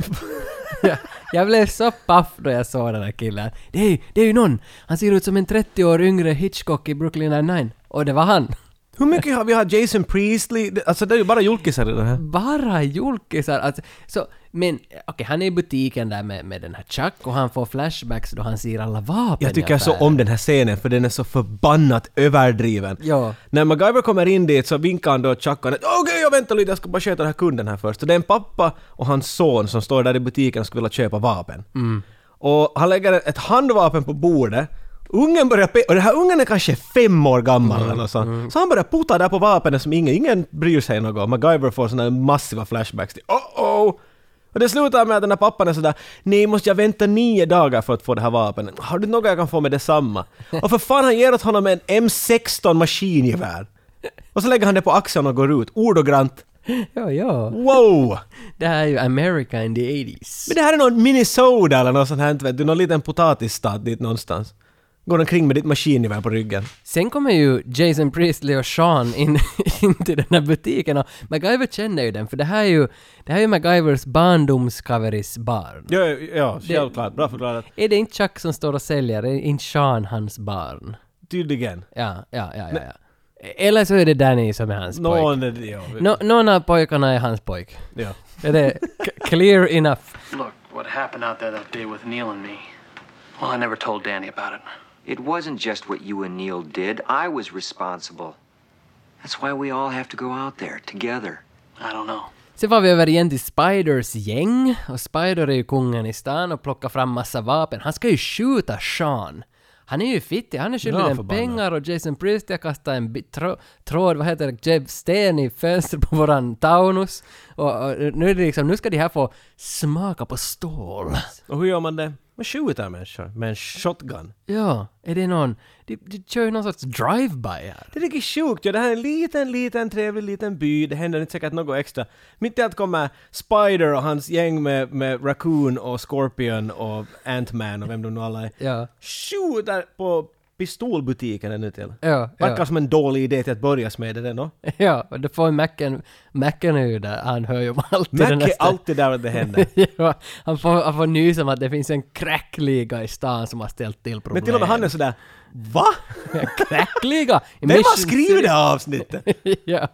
Jag blev så paff då jag såg den här killen. Det är, det är ju någon. Han ser ut som en trettio år yngre Hitchcock i Brooklyn Nine-Nine. Och det var han. Hur mycket har vi har Jason Priestley? Alltså det är ju bara julkisar i det här. Bara julkisar. Alltså, så, men okej, okay, han är i butiken där med, med den här Chuck och han får flashbacks då han ser alla vapen. Jag tycker så om den här scenen för den är så förbannat överdriven. Ja. När MacGyver kommer in dit så vinkar han då Chuck och okej, okay, jag väntar lite, jag ska bara sköta den här kunden här först. Så det är en pappa och hans son som står där i butiken och skulle vilja köpa vapen. Mm. Och han lägger ett handvapen på bordet. Ungen börjar pe- och den här ungen är kanske fem år gammal Mm, eller något sånt. mm. Så han börjar putta där på vapnen som ingen, ingen bryr sig något. MacGyver får såna massiva flashbacks till oh-oh! Och det slutar med att den här pappan är sådär, nej, måste jag vänta nio dagar för att få det här vapnet. Har du något jag kan få med detsamma? Och för fan, han ger åt honom en M sexton maskingevär. Och så lägger han det på axeln och går ut. Ordogrant. Ja, ja. Wow! Det här är ju America in the eighties. Men det här är någon Minnesota eller något sånt här, vet du, någon liten potatisstad dit någonstans. Går omkring med ditt maskingevär på ryggen. Sen kommer ju Jason Priestley och Sean in, in till den här butiken och MacGyver känner ju den för det här är ju, det här är ju MacGyvers barndomskaveris barn. Ja, ja, självklart. Bra förklarat. Är det inte Chuck som står och säljer? Är inte Sean hans barn? Tydligen. Ja, ja, ja, ja. ja. Eller så är det Danny som är hans Någon pojk. är det, ja. Nå, någon av pojkarna är hans pojk. Ja. Är det c- clear enough? Look, what happened out there that day with Neil and me. Well, I never told Danny about it. It wasn't just what you and Neil did. I was responsible. That's why we all have to go out there together. I don't know. Sen var vi över igen till Spiders gäng. Och Spider är ju kungen i stan och plockar fram massa vapen. Han ska ju skjuta Sean. Han är ju fittig. Han är skyldig Ja, den förbannat. pengar och Jason Priestley kastar en bit trå- tråd, vad heter det, Jeb sten i fönstret på våran Taunus. Och, och nu är det liksom, nu ska de här få smaka på stål. Och hur gör man det? Man skjuter människor med en shotgun. Ja, är det någon... De, de kör ju någon sorts drive-by här. Det är riktigt sjukt. Ja, det här är en liten, liten, trevlig liten by. Det händer inte säkert något extra. Mitt i allt kommer Spider och hans gäng med, med Raccoon och Scorpion och Ant-Man och vem de nu alla är. Ja. Skjuter på pistolbutiken ännu till. Ja, Verkar ja. som en dålig idé till att börja med det, no? Ja, och då får Macken... Macken är ju där. Han hör ju om allt. Mac är alltid där att det händer. Ja, han får, han får nys om att det finns en crackliga i stan som har ställt till problem. Men till och med han är sådär, va? Crackliga? Vem har skrivit det här avsnittet? Ja,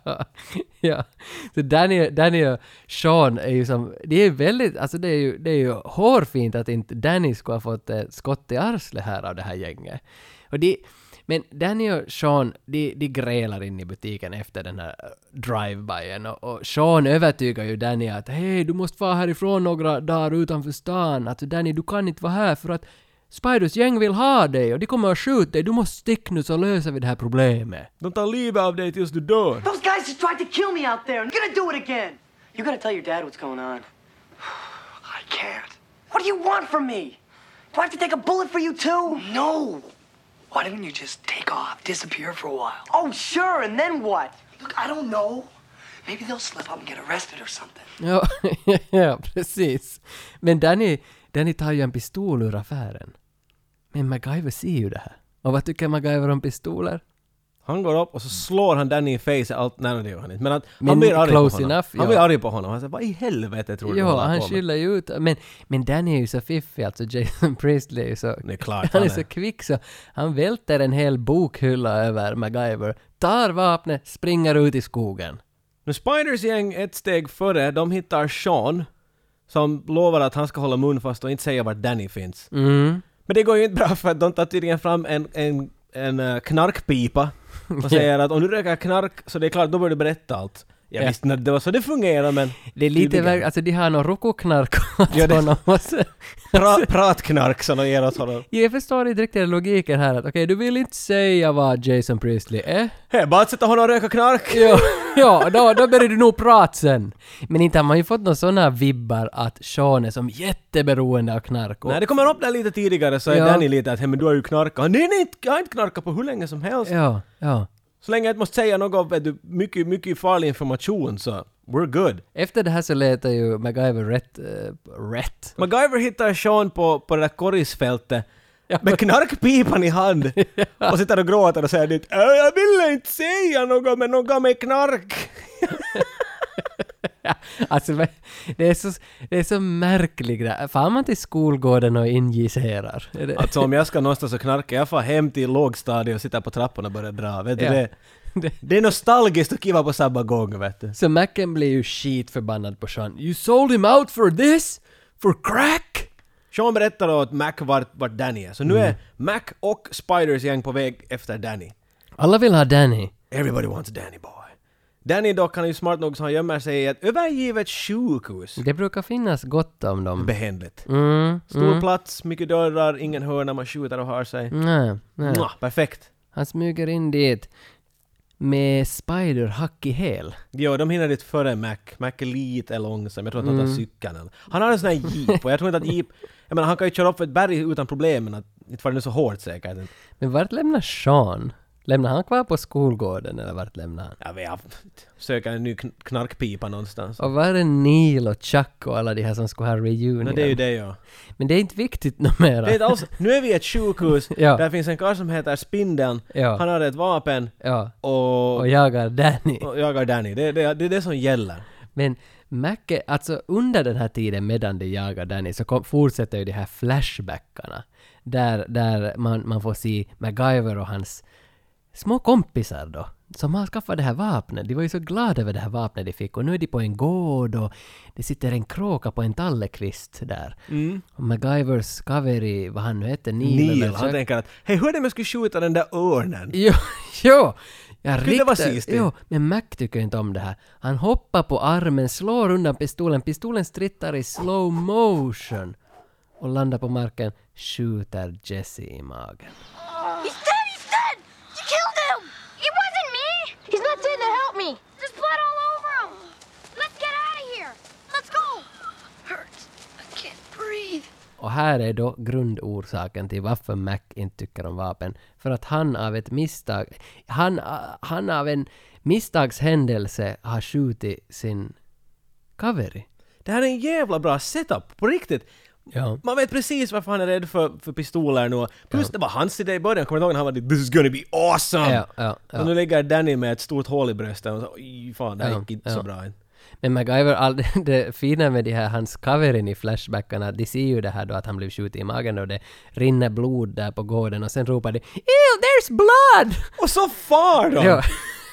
ja. Så Danny, Danny och Sean är ju som... Det är väldigt... Alltså det är ju, det är ju hårfint att inte Danny skulle ha fått ett skott i arslet här av det här gänget. Och det... Men Danny och Sean, de, de grälar in i butiken efter den här drive-byen och, och Sean övertygar ju Danny att hej, du måste vara härifrån några dagar utanför stan. Att Danny, du kan inte vara här för att Spiders gäng vill ha dig och de kommer att skjuta dig. Du måste sticka nu så löser vi det här problemet. De tar livet av dig tills du dör. Those guys just tried to kill me out there. I'm gonna do it again. You gotta tell your dad what's going on. I can't. What do you want from me? Do I have to take a bullet for you too? No! Why don't you just take off, disappear for a while? Oh, sure, and then what? Look, I don't know. Maybe they'll slip up and get arrested or something. Ja, ja, precis. Men Danny, Danny tar ju en pistol ur affären. Men MacGyver ser ju det här. Och vad tycker MacGyver om pistoler? Han går upp och så slår han Danny i face allt. Nej, det gör han inte. Men, att Men han blir arg på close honom. enough, han ja. blir arg på honom. Han säger, vad i helvete tror du Ja, håller han på med? skyller ju ut. Men, men Danny är ju så fiffig, alltså Jason Priestley är ju så... Det är klart han han är är. så kvick så han välter en hel bokhylla över MacGyver, tar vapnet, springer ut i skogen. Nu Spiders gäng ett steg före, de hittar Sean som lovar att han ska hålla mun fast och inte säga vart Danny finns. Mm. Men det går ju inte bra för att de tar tydligen fram en, en, en uh, knarkpipa och säger att om du röker knark så det är klart, då bör du berätta allt. Jag Ja. visste inte det var så det fungerar, men... Det är lite tydligen. väl, alltså de har någon rokoknark åt Ja, det- honom. Och så, Pra, pratknark som de ger åt honom. jag förstår inte riktigt logiken här att okej, du vill inte säga vad Jason Priestley är. Hej, bara att sätta honom och röka knark! Ja, ja då, då börjar du nog prata sen. Men inte har man ju fått några sådana vibbar att Sean är som jätteberoende av knark. Och, Nej, det kommer upp där lite tidigare så är Ja. Danny lite att hej, men du har ju knarkat. Nej, nej, jag har inte knarkat på hur länge som helst. Ja, ja. Så länge jag inte måste säga något, vet du, mycket, mycket farlig information så we're good. Efter det här så letar ju MacGyver rätt... Uh, rätt. MacGyver hittar Sean på, på det där korrisfältet med knarkpipan i hand och sitter och gråter och säger dit "Äh, jag ville inte säga något men något med knark." Alltså, det är så, det är så märkligt grej. Far man till skolgården och injicerar? Är det- Alltså om jag ska någonstans och knarka, jag får hem till lågstadiet och sitter på trapporna och börjar dra. Vet du, Ja. det, det är nostalgiskt och kiva på samma gång, vet du. Så Macen blir ju skitförbannad på Sean. You sold him out for this? For crack? Sean berättar då att Mac vart, vart Danny är. Så nu Mm. är Mac och Spiders gäng på väg efter Danny. Alla vill ha Danny. Everybody wants Danny boy. Danny dock, han är ju smart nog så han gömmer sig i ett övergivet sjukhus. Det brukar finnas gott om dem. Behändigt. Mm, Stor mm. plats, mycket dörrar, ingen hörna man skjuter och har sig. Nej, nej. Mwah, perfekt. Han smyger in dit med Spider hack i häl. Jo, de hinner dit före Mac. Mac är lite långsam. Jag tror att han tar Mm. cykeln. Han har en sån här jeep och jag tror inte att jeep... Jag menar, han kan ju köra upp för ett berg utan problem, men att inte för det är så hårt säkert. Men vart lämnar Sean? Lämnar han kvar på skolgården eller vart lämnar han? Jag vet, söker en ny kn- knarkpipa någonstans. Och var är Neil och Chuck och alla de här som ska ha reunion? No, det är ju det, ja. Men det är inte viktigt något mera. Det är inte alls, nu är vi i ett sjukhus Ja. där finns en karl som heter Spindeln. Ja. Han har ett vapen Ja. och, Och jagar Danny. och jagar Danny. Det, det, det är det som gäller. Men Macke, alltså under den här tiden medan de jagar Danny så kom, fortsätter ju de här flashbackarna. Där, där man, man får se MacGyver och hans små kompisar då. Som har skaffat det här vapnet. De var ju så glada över det här vapnet de fick. Och nu är de på en gård och det sitter en kråka på en tallekvist där. Mm. Och MacGyvers kaveri, vad han nu heter, Neil. Neil, eller han så- tänker att hej, hur är det om jag skulle skjuta den där örnen? Jo, jo! Jag Skulle det vara riktar- sist det? Jo, men Mac tycker inte om det här. Han hoppar på armen, slår undan pistolen. Pistolen strittar i slow motion. Och landar på marken, skjuter Jesse i magen. He's dead! He's dead! You killed him! It wasn't me! He's not dead to help me! There's blood all over him! Let's get out of here! Let's go! Hurts. I can't breathe. Och här är då grundorsaken till varför Mac inte tycker om vapen. För att han av ett misstag, han, han av en misstagshändelse har skjutit sin kaveri. Det här är en jävla bra setup, på riktigt. Ja. Man vet precis varför han är rädd för, för pistoler nu. Plus det var hans idé i början. Kommer du ihåg när han var dit, this is gonna be awesome! Ja, ja, ja. Och nu ligger Danny med ett stort hål i bröstet och så, oj fan, det här Ja, gick inte ja. så bra. Men MacGyver, all, det fina med de här, hans kaverin i flashbackarna, de ser ju det här då att han blev skjuten i magen och det rinner blod där på gården och sen ropar de "Ew, there's blood!" Och så far de! Ja.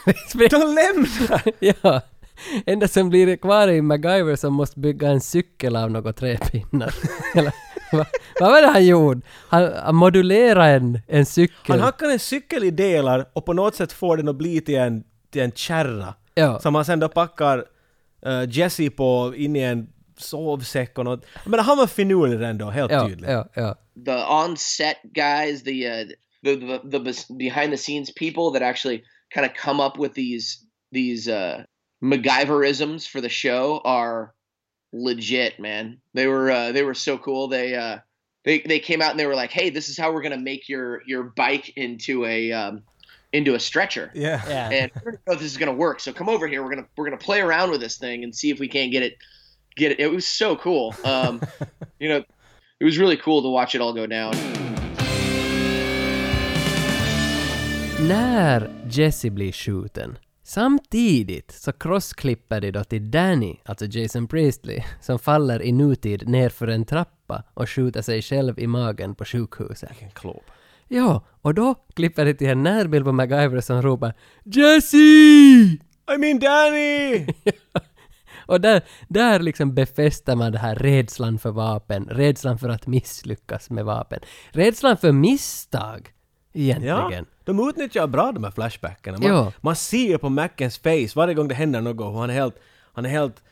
De lämnar! Ja. Enda som blir kvar är MacGyver som måste bygga en cykel av några träpinnar. Eller, va, vad var det han gjorde? Han, han modulerade en, en cykel. Han hackar en cykel i delar och på något sätt får den att bli till en, till en kärra. Ja. Som han sen då packar uh, Jesse på in i en sovsäck och något. Men han var finurlig ändå, helt ja, tydligt. ja, ja. the on-set guys, the, uh, the the the behind-the-scenes people that actually kind of come up with these these uh, MacGyverisms for the show are legit, man. They were uh, they were so cool. They uh, they they came out and they were like, "Hey, this is how we're gonna make your your bike into a um, into a stretcher." Yeah, yeah. And we don't know if this is gonna work. So come over here. We're gonna we're gonna play around with this thing and see if we can't get it get it. It was so cool. Um, you know, it was really cool to watch it all go down. När Jesse blir skjuten, samtidigt så crossklipper de då till Danny, alltså Jason Priestley, som faller i nutid nerför en trappa och skjuter sig själv i magen på sjukhuset. Vilken klåp. Ja, och då klipper det till en närbild på MacGyver som ropar Jesse! I mean Danny! Och där, där liksom befäster man det här rädslan för vapen, rädslan för att misslyckas med vapen, rädslan för misstag. Egentligen. Ja, de utnyttjar bra de här flashbackarna. Man, ja. man ser på Mackens face varje gång det händer något. Han är helt, han är helt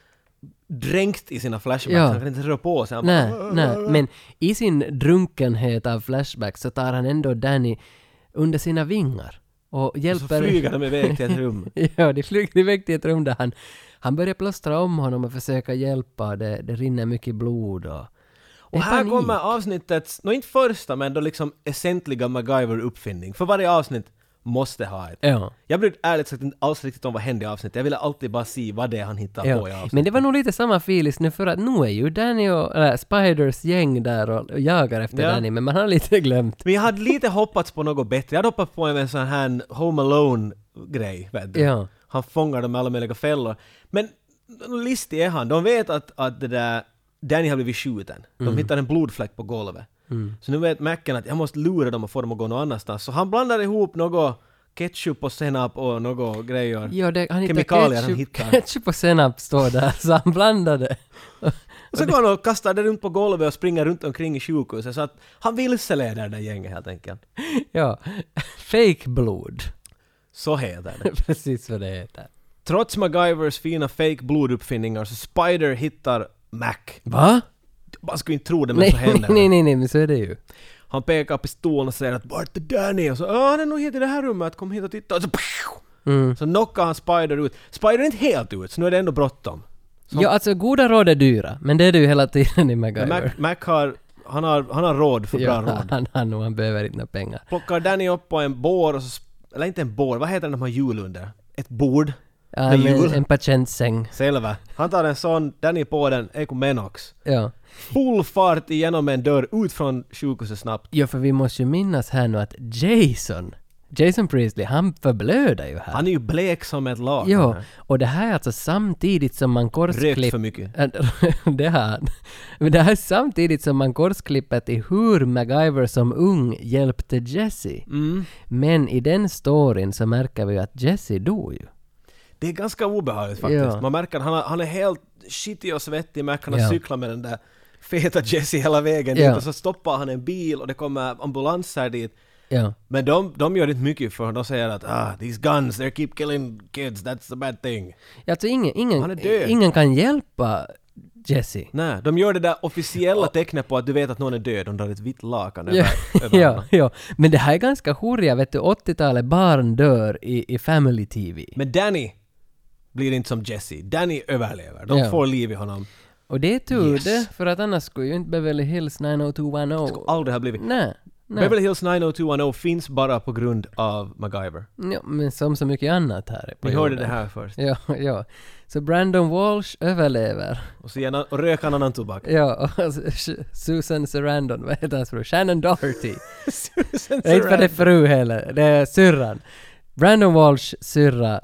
dränkt i sina flashbacks. Ja. Han kan inte röra på sig. Nej, bara, nej, men i sin drunkenhet av flashbacks så tar han ändå Danny under sina vingar. Och hjälper... Och så flyger de iväg till ett rum. Ja, de flyger iväg till ett rum där han, han börjar plåstra om honom och försöka hjälpa. Det, det rinner mycket blod och... Och här panik. Kommer avsnittet, nå inte första, men då liksom essentliga MacGyver-uppfinning. För varje avsnitt måste ha ett. Ja. Jag brydde ärligt sagt inte alls riktigt om vad hände i avsnittet. Jag ville alltid bara se vad det är han hittar ja. på i avsnittet. Men det var nog lite samma filis nu, för att nu är ju Danny och äh, Spiders gäng där och, och jagar efter ja. Danny, men man har lite glömt. Men jag hade lite hoppats på något bättre. Jag hade hoppats på en sån här Home Alone-grej, vet du. Ja. Han fångar dem med alla möjliga fällor. Men listig är han. De vet att, att det där Danny har blivit skjuten. De mm. hittar en blodfläck på golvet. Mm. Så nu vet Macken att jag måste lura dem och få dem att gå någon annanstans. Så han blandar ihop något ketchup och senap och något grejer. Ja, det, han kemikalier ketchup, han hittar. Ketchup och senap står där, så han blandade. Och så går han och kastar det runt på golvet och springer runt omkring i sjukhuset. Så att han vilseleder det där gänget helt enkelt. Ja, fake blod. Så heter det. Precis vad det heter. Trots MacGyvers fina fake bloduppfinningar så Spider hittar Mac. Va? Man skulle inte tro det, men nej, så händer nej, nej, nej, men så är det ju. Han pekar pistolen och säger att vart är Danny? Och så, ja, han är nog hit i det här rummet, kom hit och titta. Och så, mm. så knockar han Spider ut. Spider är inte helt ut, så nu är det ändå bråttom. Så ja, alltså goda råd är dyra, men det är det ju hela tiden i MacGyver. Mac, Mac har, han har, han har råd för ja, bra råd. Han, han, han behöver inte några pengar. Plockar Danny upp på en bår, och så, eller inte en bår, vad heter det när man har hjul under? Ett bord? Ja, en, en patientsäng. Selvä. Han tar en sån, Danny på den, Ekumenox. Ja. Full fart igenom en dörr ut från sjukhuset snabbt. Ja, för vi måste ju minnas här nu att Jason, Jason Priestley, han förblöder ju här. Han är ju blek som ett lag. Ja, och det här är alltså samtidigt som man korsklipper... Rökt för mycket. det här. Men det här är samtidigt som man korsklipper till hur MacGyver som ung hjälpte Jesse. Mm. Men i den storyn så märker vi att Jesse dog ju. Det är ganska obehagligt faktiskt. Ja. Man märker att han, han är helt skitig och svettig. Man kan ja. cykla med den där feta Jesse hela vägen ja. dit. Och så stoppar han en bil och det kommer ambulanser dit. Ja. Men de, de gör inte mycket för de säger att ah, these guns, they keep killing kids, that's the bad thing. Ja, alltså ingen, ingen, han är död. Ingen kan hjälpa Jesse. Nej, de gör det där officiella tecknet på att du vet att någon är död. De drar ett vitt lakan ja. över, över ja, ja, men det här är ganska hurriga. Vet du, åttiotalet barn dör i, i Family T V. Men Danny blir inte som Jesse. Danny överlever. De ja. får liv i honom. Och det är tur yes. det, för att annars skulle ju inte Beverly Hills nio noll två ett noll. Det skulle aldrig ha blivit. Nej. Nej. Beverly Hills nio noll två ett noll finns bara på grund av MacGyver. Ja, men som så mycket annat här. Vi hörde det här först. Ja, ja. Så Brandon Walsh överlever. Och, så gärna, och röker en annan tobak. Ja, och Susan Sarandon, vad heter hans fru? Shannon Doherty. Susan Sarandon. Det är inte för det är fru heller, det är syrran. Brandon Walsh syrra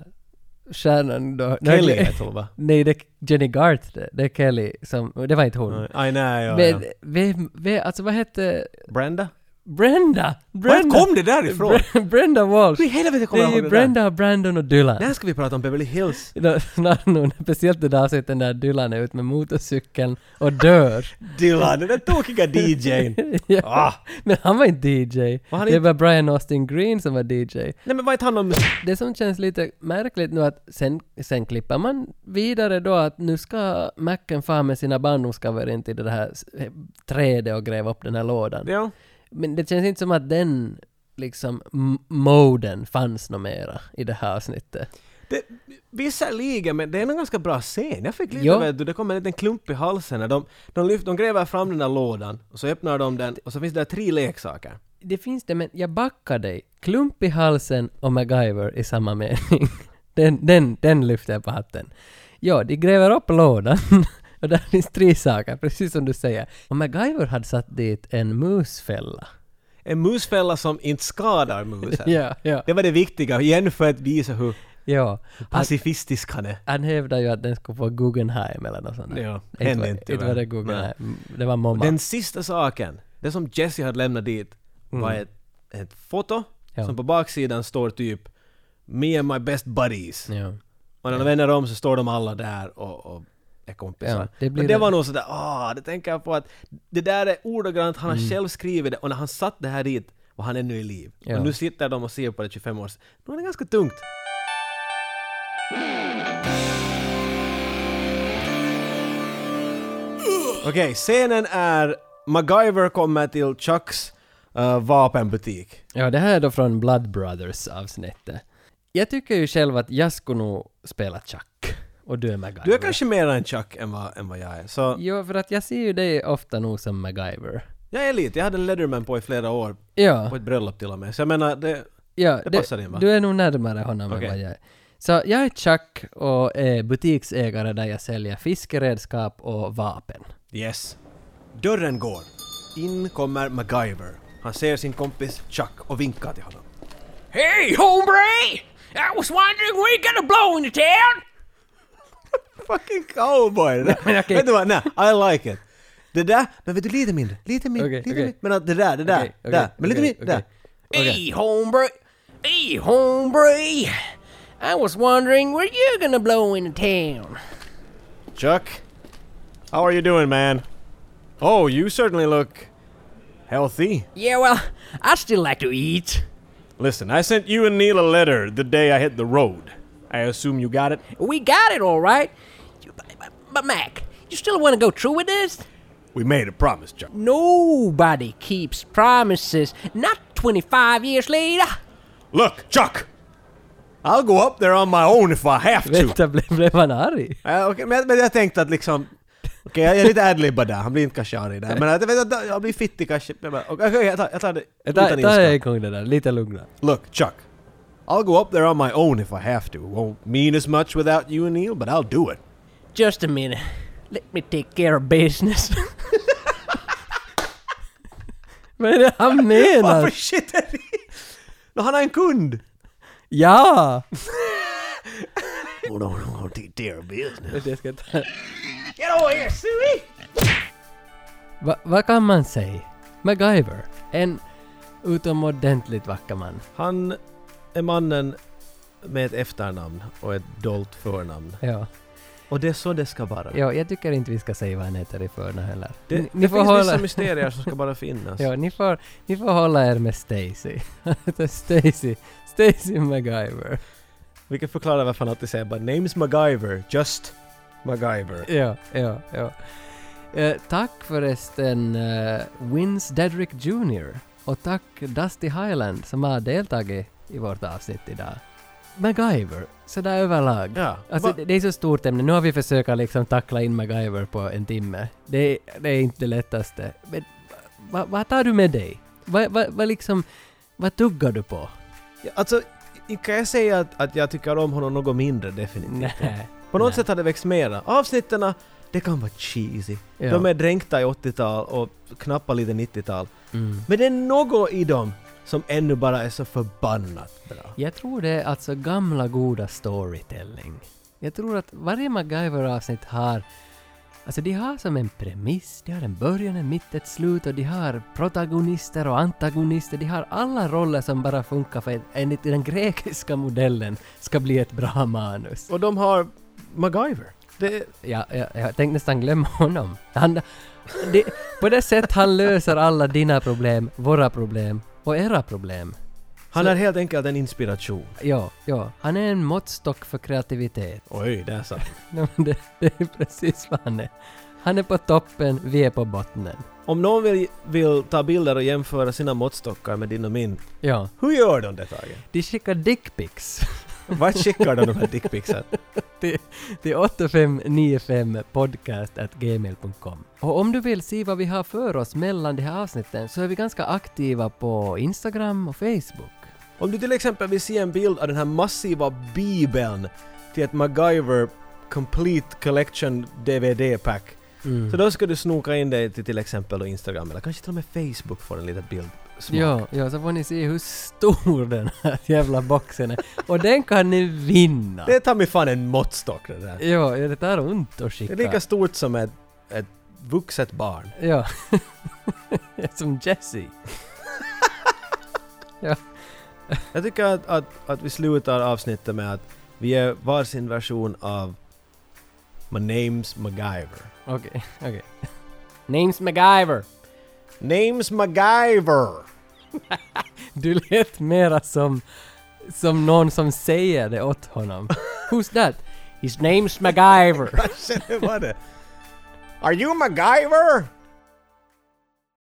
Shannon då. Kelly heter hon, va? Nej, det är Jenny Garth det. Det är Kelly som, det var inte hon. Aj, nej, ja, men, ja. Vem, vem, alltså vad hette... Brenda? Brenda! Brenda! Var kom det därifrån? Bre- Brenda Walsh. Hur i helvete kommer det jag är ihåg det Brenda, där? Brandon och Dylan. När ska vi prata om Beverly Hills? Speciellt det där avsnittet där Dylan är ut med motorcykeln och dör. Dylan, den där tokiga D J:n. ja. ah. Men han var inte D J. Var han det inte? var Brian Austin Green som var D J. Nej men vad är han om? Det som känns lite märkligt nu att sen, sen klipper man vidare då att nu ska Macken fara med sina barndomscover in till det här trädet och gräva upp den här lådan. Ja. Men det känns inte som att den liksom m- moden fanns nog mera i det här avsnittet. Det, vissa ligor, men det är en ganska bra scen. Jag fick lite, Jo. vet du, det kommer en liten klump i halsen när de, de, lyft, de gräver fram den där lådan och så öppnar de den och så finns det där tre leksaker. Det finns det, men jag backar dig. Klump i halsen och MacGyver i samma mening. den, den, den lyfter jag på hatten. Ja, de gräver upp lådan och där finns tre saker, precis som du säger. Och MacGyver hade satt dit en musfälla. En musfälla som inte skadar musen. ja, ja. Det var det viktiga, igen för att visa hur Ja. pacifistisk han är. Han hävdar ju att den skulle få Guggenheim eller något sånt där. Ja, inte hände var, inte inte var det Guggenheim. Det var Och mamma. den sista saken, det som Jesse hade lämnat dit var Mm. ett, ett foto Ja. som på baksidan står typ Me and my best buddies. Ja. Och när de vänder om så står de alla där och, och är kompisar. Ja, det blir Men det det. var nog sådär, ah, det tänker jag på att det där är ordagrant, han har Mm. själv skrivit det och när han satt det här dit var han ännu i liv. Ja. Och nu sitter de och ser på det tjugofem år sedan. Nu är det ganska tungt. Okej, okay, scenen är MacGyver kommer till Chucks uh, vapenbutik. Ja, det här är då från Blood Brothers avsnittet. Jag tycker ju själv att jag skulle nog spela Chuck. Och du är MacGyver. Du är kanske mer en Chuck än vad, än vad jag är. Så Jo, för att jag ser ju dig ofta nog som MacGyver. jag är lite, jag hade en Leatherman på i flera år. Ja. På ett bröllop till och med. Så jag menar, det, Ja, det passar in va? du är nog närmare honom Okej. än vad jag är. Så jag är Chuck och är butiksägare där jag säljer fiskeredskap och vapen. Yes. Dörren går. In kommer MacGyver. Han ser sin kompis Chuck och vinkar till honom. Hey, hombre! I was wondering where you gonna blow in the town? Fucking cowboy! Men okej. Vet du vad? Nej, I like it. Det där, men vet du lite mindre, lite mindre, Okej, lite okej. mindre. Men att det där, det där, Okej, okej, där. Men lite okej, mindre, där. okej. Hey, hombre! Hey, hombre! I was wondering where you gonna blow in the town? Chuck, how are you doing, man? Oh, you certainly look healthy. Yeah, well, I still like to eat. Listen, I sent you and Neil a letter the day I hit the road. I assume you got it? We got it all right. But, but, but Mac, you still want to go through with this? We made a promise, Chuck. Nobody keeps promises. Not twenty-five years later. Look, Chuck! I'll go up there on my own if I have to. Vänta, blev, blev han arg? Ja, okej, men, men jag tänkte att liksom... Okej, jag är lite adlibbad där. Han blir inte kanske arg där. Men jag vet att jag blir fittig kanske. Okej, okay, jag, tar, jag tar det Ta, utan ta en ilska. gång det där, lite lugna. Look, Chuck. I'll go up there on my own if I have to. Won't mean as much without you and Neil, but I'll do it. Just a minute. Let me take care of business. Vad är det han menar? Varför shit är det? No, han har en kund. Ja! Oh, no, no, no, take care of business. Det ska ta. Get over here, Suey! Va, vad kan man säga? MacGyver. En utomordentligt vacker man. Han är mannen med ett efternamn och ett dolt förnamn. Ja. Och det är så det ska vara. Ja, jag tycker inte vi ska säga vad han heter i förnamn heller. Det, Ni- det ni får finns hålla- vissa mysterier som ska bara finnas. Ja, ni får, ni får hålla er med Stacy. Stacy. Stacy MacGyver. Vi kan förklara varför han alltid säger bara name's MacGyver, just MacGyver. Ja, ja, ja. Eh, tack förresten uh, Vince Dedrick junior Och tack Dusty Highland som har deltagit i vårt avsnitt idag. MacGyver, sådär överlag. Ja. Alltså Va- det, det är så stort ämne. Nu har vi försökt liksom tackla in MacGyver på en timme. Det, är- det är inte det lättaste. Men vad va tar du med dig? Vad va, va liksom, vad tuggar du på? Ja, alltså, kan jag säga att, att jag tycker om honom något mindre definitivt. Nej. På något Nej. sätt har det växt mera. Avsnitterna, det kan vara cheesy. Ja. De är dränkta i åttiotal och knappa lite nittiotal. Mm. Men det är något i dem som ännu bara är så förbannat bra. Jag tror det är alltså gamla goda storytelling. Jag tror att varje MacGyver-avsnitt har Alltså de har som en premiss, de har en början, en mitt, ett slut och de har protagonister och antagonister. De har alla roller som bara funkar för att enligt den grekiska modellen ska bli ett bra manus. Och de har MacGyver. Det... Ja, jag, jag tänkte nästan glömma honom. Han, det, på det sätt han löser alla dina problem, våra problem och era problem. Han Så, är helt enkelt en inspiration. Ja, ja. Han är en måttstock för kreativitet. Oj, det är så. No, det, det är precis vad han är. Han är på toppen, vi är på botten. Om någon vill, vill ta bilder och jämföra sina måttstockar med din och min, ja. Hur gör de det, Tage? De skickar dickpics. Vad skickar de de här dickpicsen? till, till åtta fem nio fem podcast at gmail dot com. Och om du vill se vad vi har för oss mellan de här avsnitten så är vi ganska aktiva på Instagram och Facebook. Om du till exempel vill se en bild av den här massiva bibeln till ett MacGyver Complete Collection D V D-pack, mm. så då ska du snoka in dig till till exempel då Instagram eller kanske till och med Facebook får en liten bild. Smak. Ja, ja, så får ni se hur stor den här jävla boxen är. Och den kan ni vinna. Det tar mig fan en måttstock det där. Ja, det tar ont att skicka. Det är lika stort som ett, ett vuxet barn. Ja. Som Jesse. Ja. Jag tycker att, att, att vi slutar avsnittet med att vi är varsin version av My name's MacGyver. Okej, okay, okej. Okay. Name's MacGyver. Name's MacGyver. Du lät mera som som någon som säger det åt honom. Who's that? His name's MacGyver. Kanske det var det. Are you MacGyver?